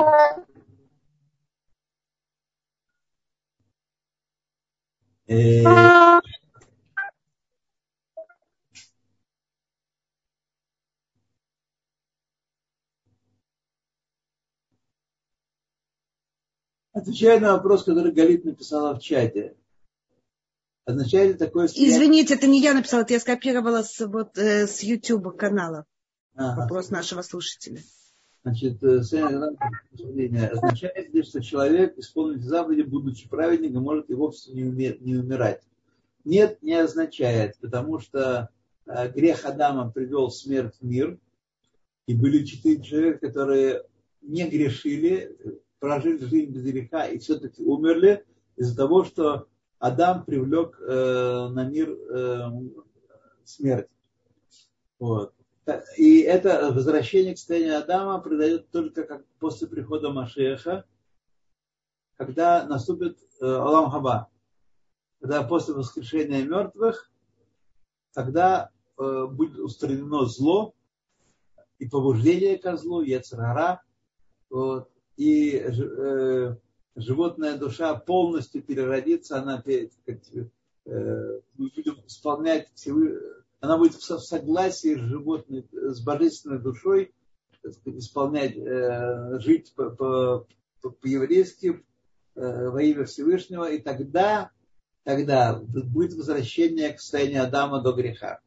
Отвечая на вопрос, который Галит написала в чате. Означает такое слияние... Извините, это не я написала, это я скопировала с YouTube канала. Вопрос нашего слушателя. Значит, означает ли, что человек, исполнив заповеди, будучи праведником, может и вовсе не умирать? Нет, не означает, потому что грех Адама привел смерть в мир, и были 4 человека, которые не грешили, прожили жизнь без греха и все-таки умерли из-за того, что Адам привлек на мир смерть. Вот. И это возвращение к состоянию Адама произойдет только как после прихода Машиаха, когда наступит Олам Хаба, когда после воскрешения мертвых, тогда будет устранено зло и побуждение ко злу, яцер гара, вот, и животная душа полностью переродится, она мы будем исполнять она будет в согласии с животной, с божественной душой, так сказать, исполнять, жить по-еврейски во имя Всевышнего, и тогда будет возвращение к состоянию Адама до греха.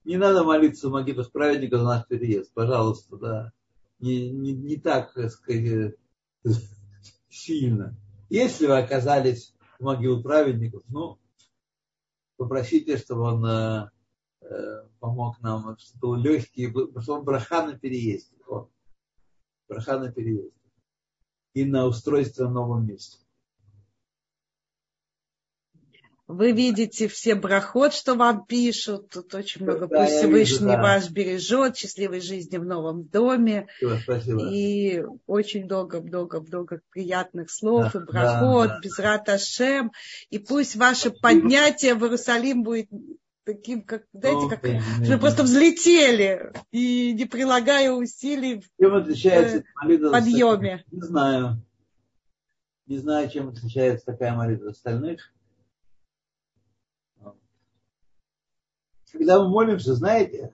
Не надо молиться в могилах праведников за наш переезд, пожалуйста, да. Не так, так сказать, сильно. Если вы оказались в могилу праведников, ну, попросите, чтобы он помог нам, чтобы был легкий, потому что он браха на переезде. Браха на переезде. И на устройство в новом месте. Вы видите все брахот, что вам пишут. Тут очень много. Да, Пусть я Всевышний вижу, да. вас бережет. Счастливой жизни в новом доме. Спасибо. И очень много приятных слов Да, и брахот, да. Безрат Ашем. И пусть ваше поднятие в Иерусалим будет таким, как, знаете, как вы просто взлетели и не прилагая усилий Чем отличается молитва в подъеме. Не знаю. Не знаю, чем отличается такая молитва от остальных. Когда мы молимся, знаете,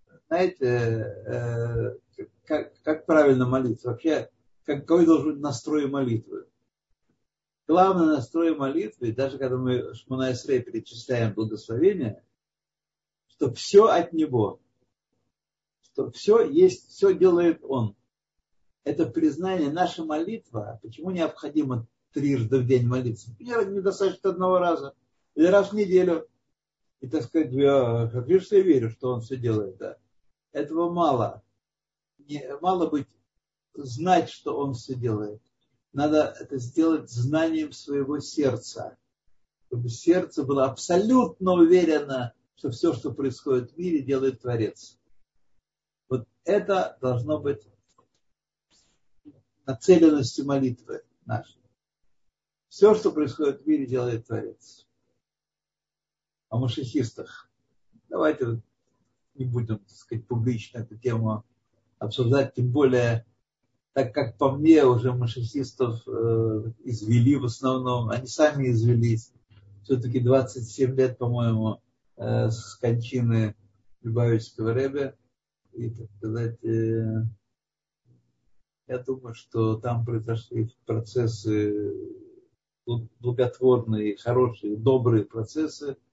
как правильно молиться? Вообще, какой должен быть настрой молитвы? Главный настрой молитвы, даже когда мы Шмона Эсрей перечисляем благословение, что все от Него, что все есть, все делает Он. Это признание, наша молитва. Почему необходимо 3 раза в день молиться? Недостаточно 1 раза. Или раз в неделю. И, так сказать, я верю, что Он все делает. Да. Этого мало. Мало быть, знать, что Он все делает. Надо это сделать знанием своего сердца. Чтобы сердце было абсолютно уверено, что все, что происходит в мире, делает Творец. Вот это должно быть нацеленностью молитвы нашей. Все, что происходит в мире, делает Творец. О машихистах. Давайте не будем, так сказать, публично эту тему обсуждать, тем более, так как по мне уже машихистов извели в основном, они сами извелись. Все-таки 27 лет, по-моему, с кончины Любавичского ребе. И, так сказать, я думаю, что там произошли процессы благотворные, хорошие, добрые процессы,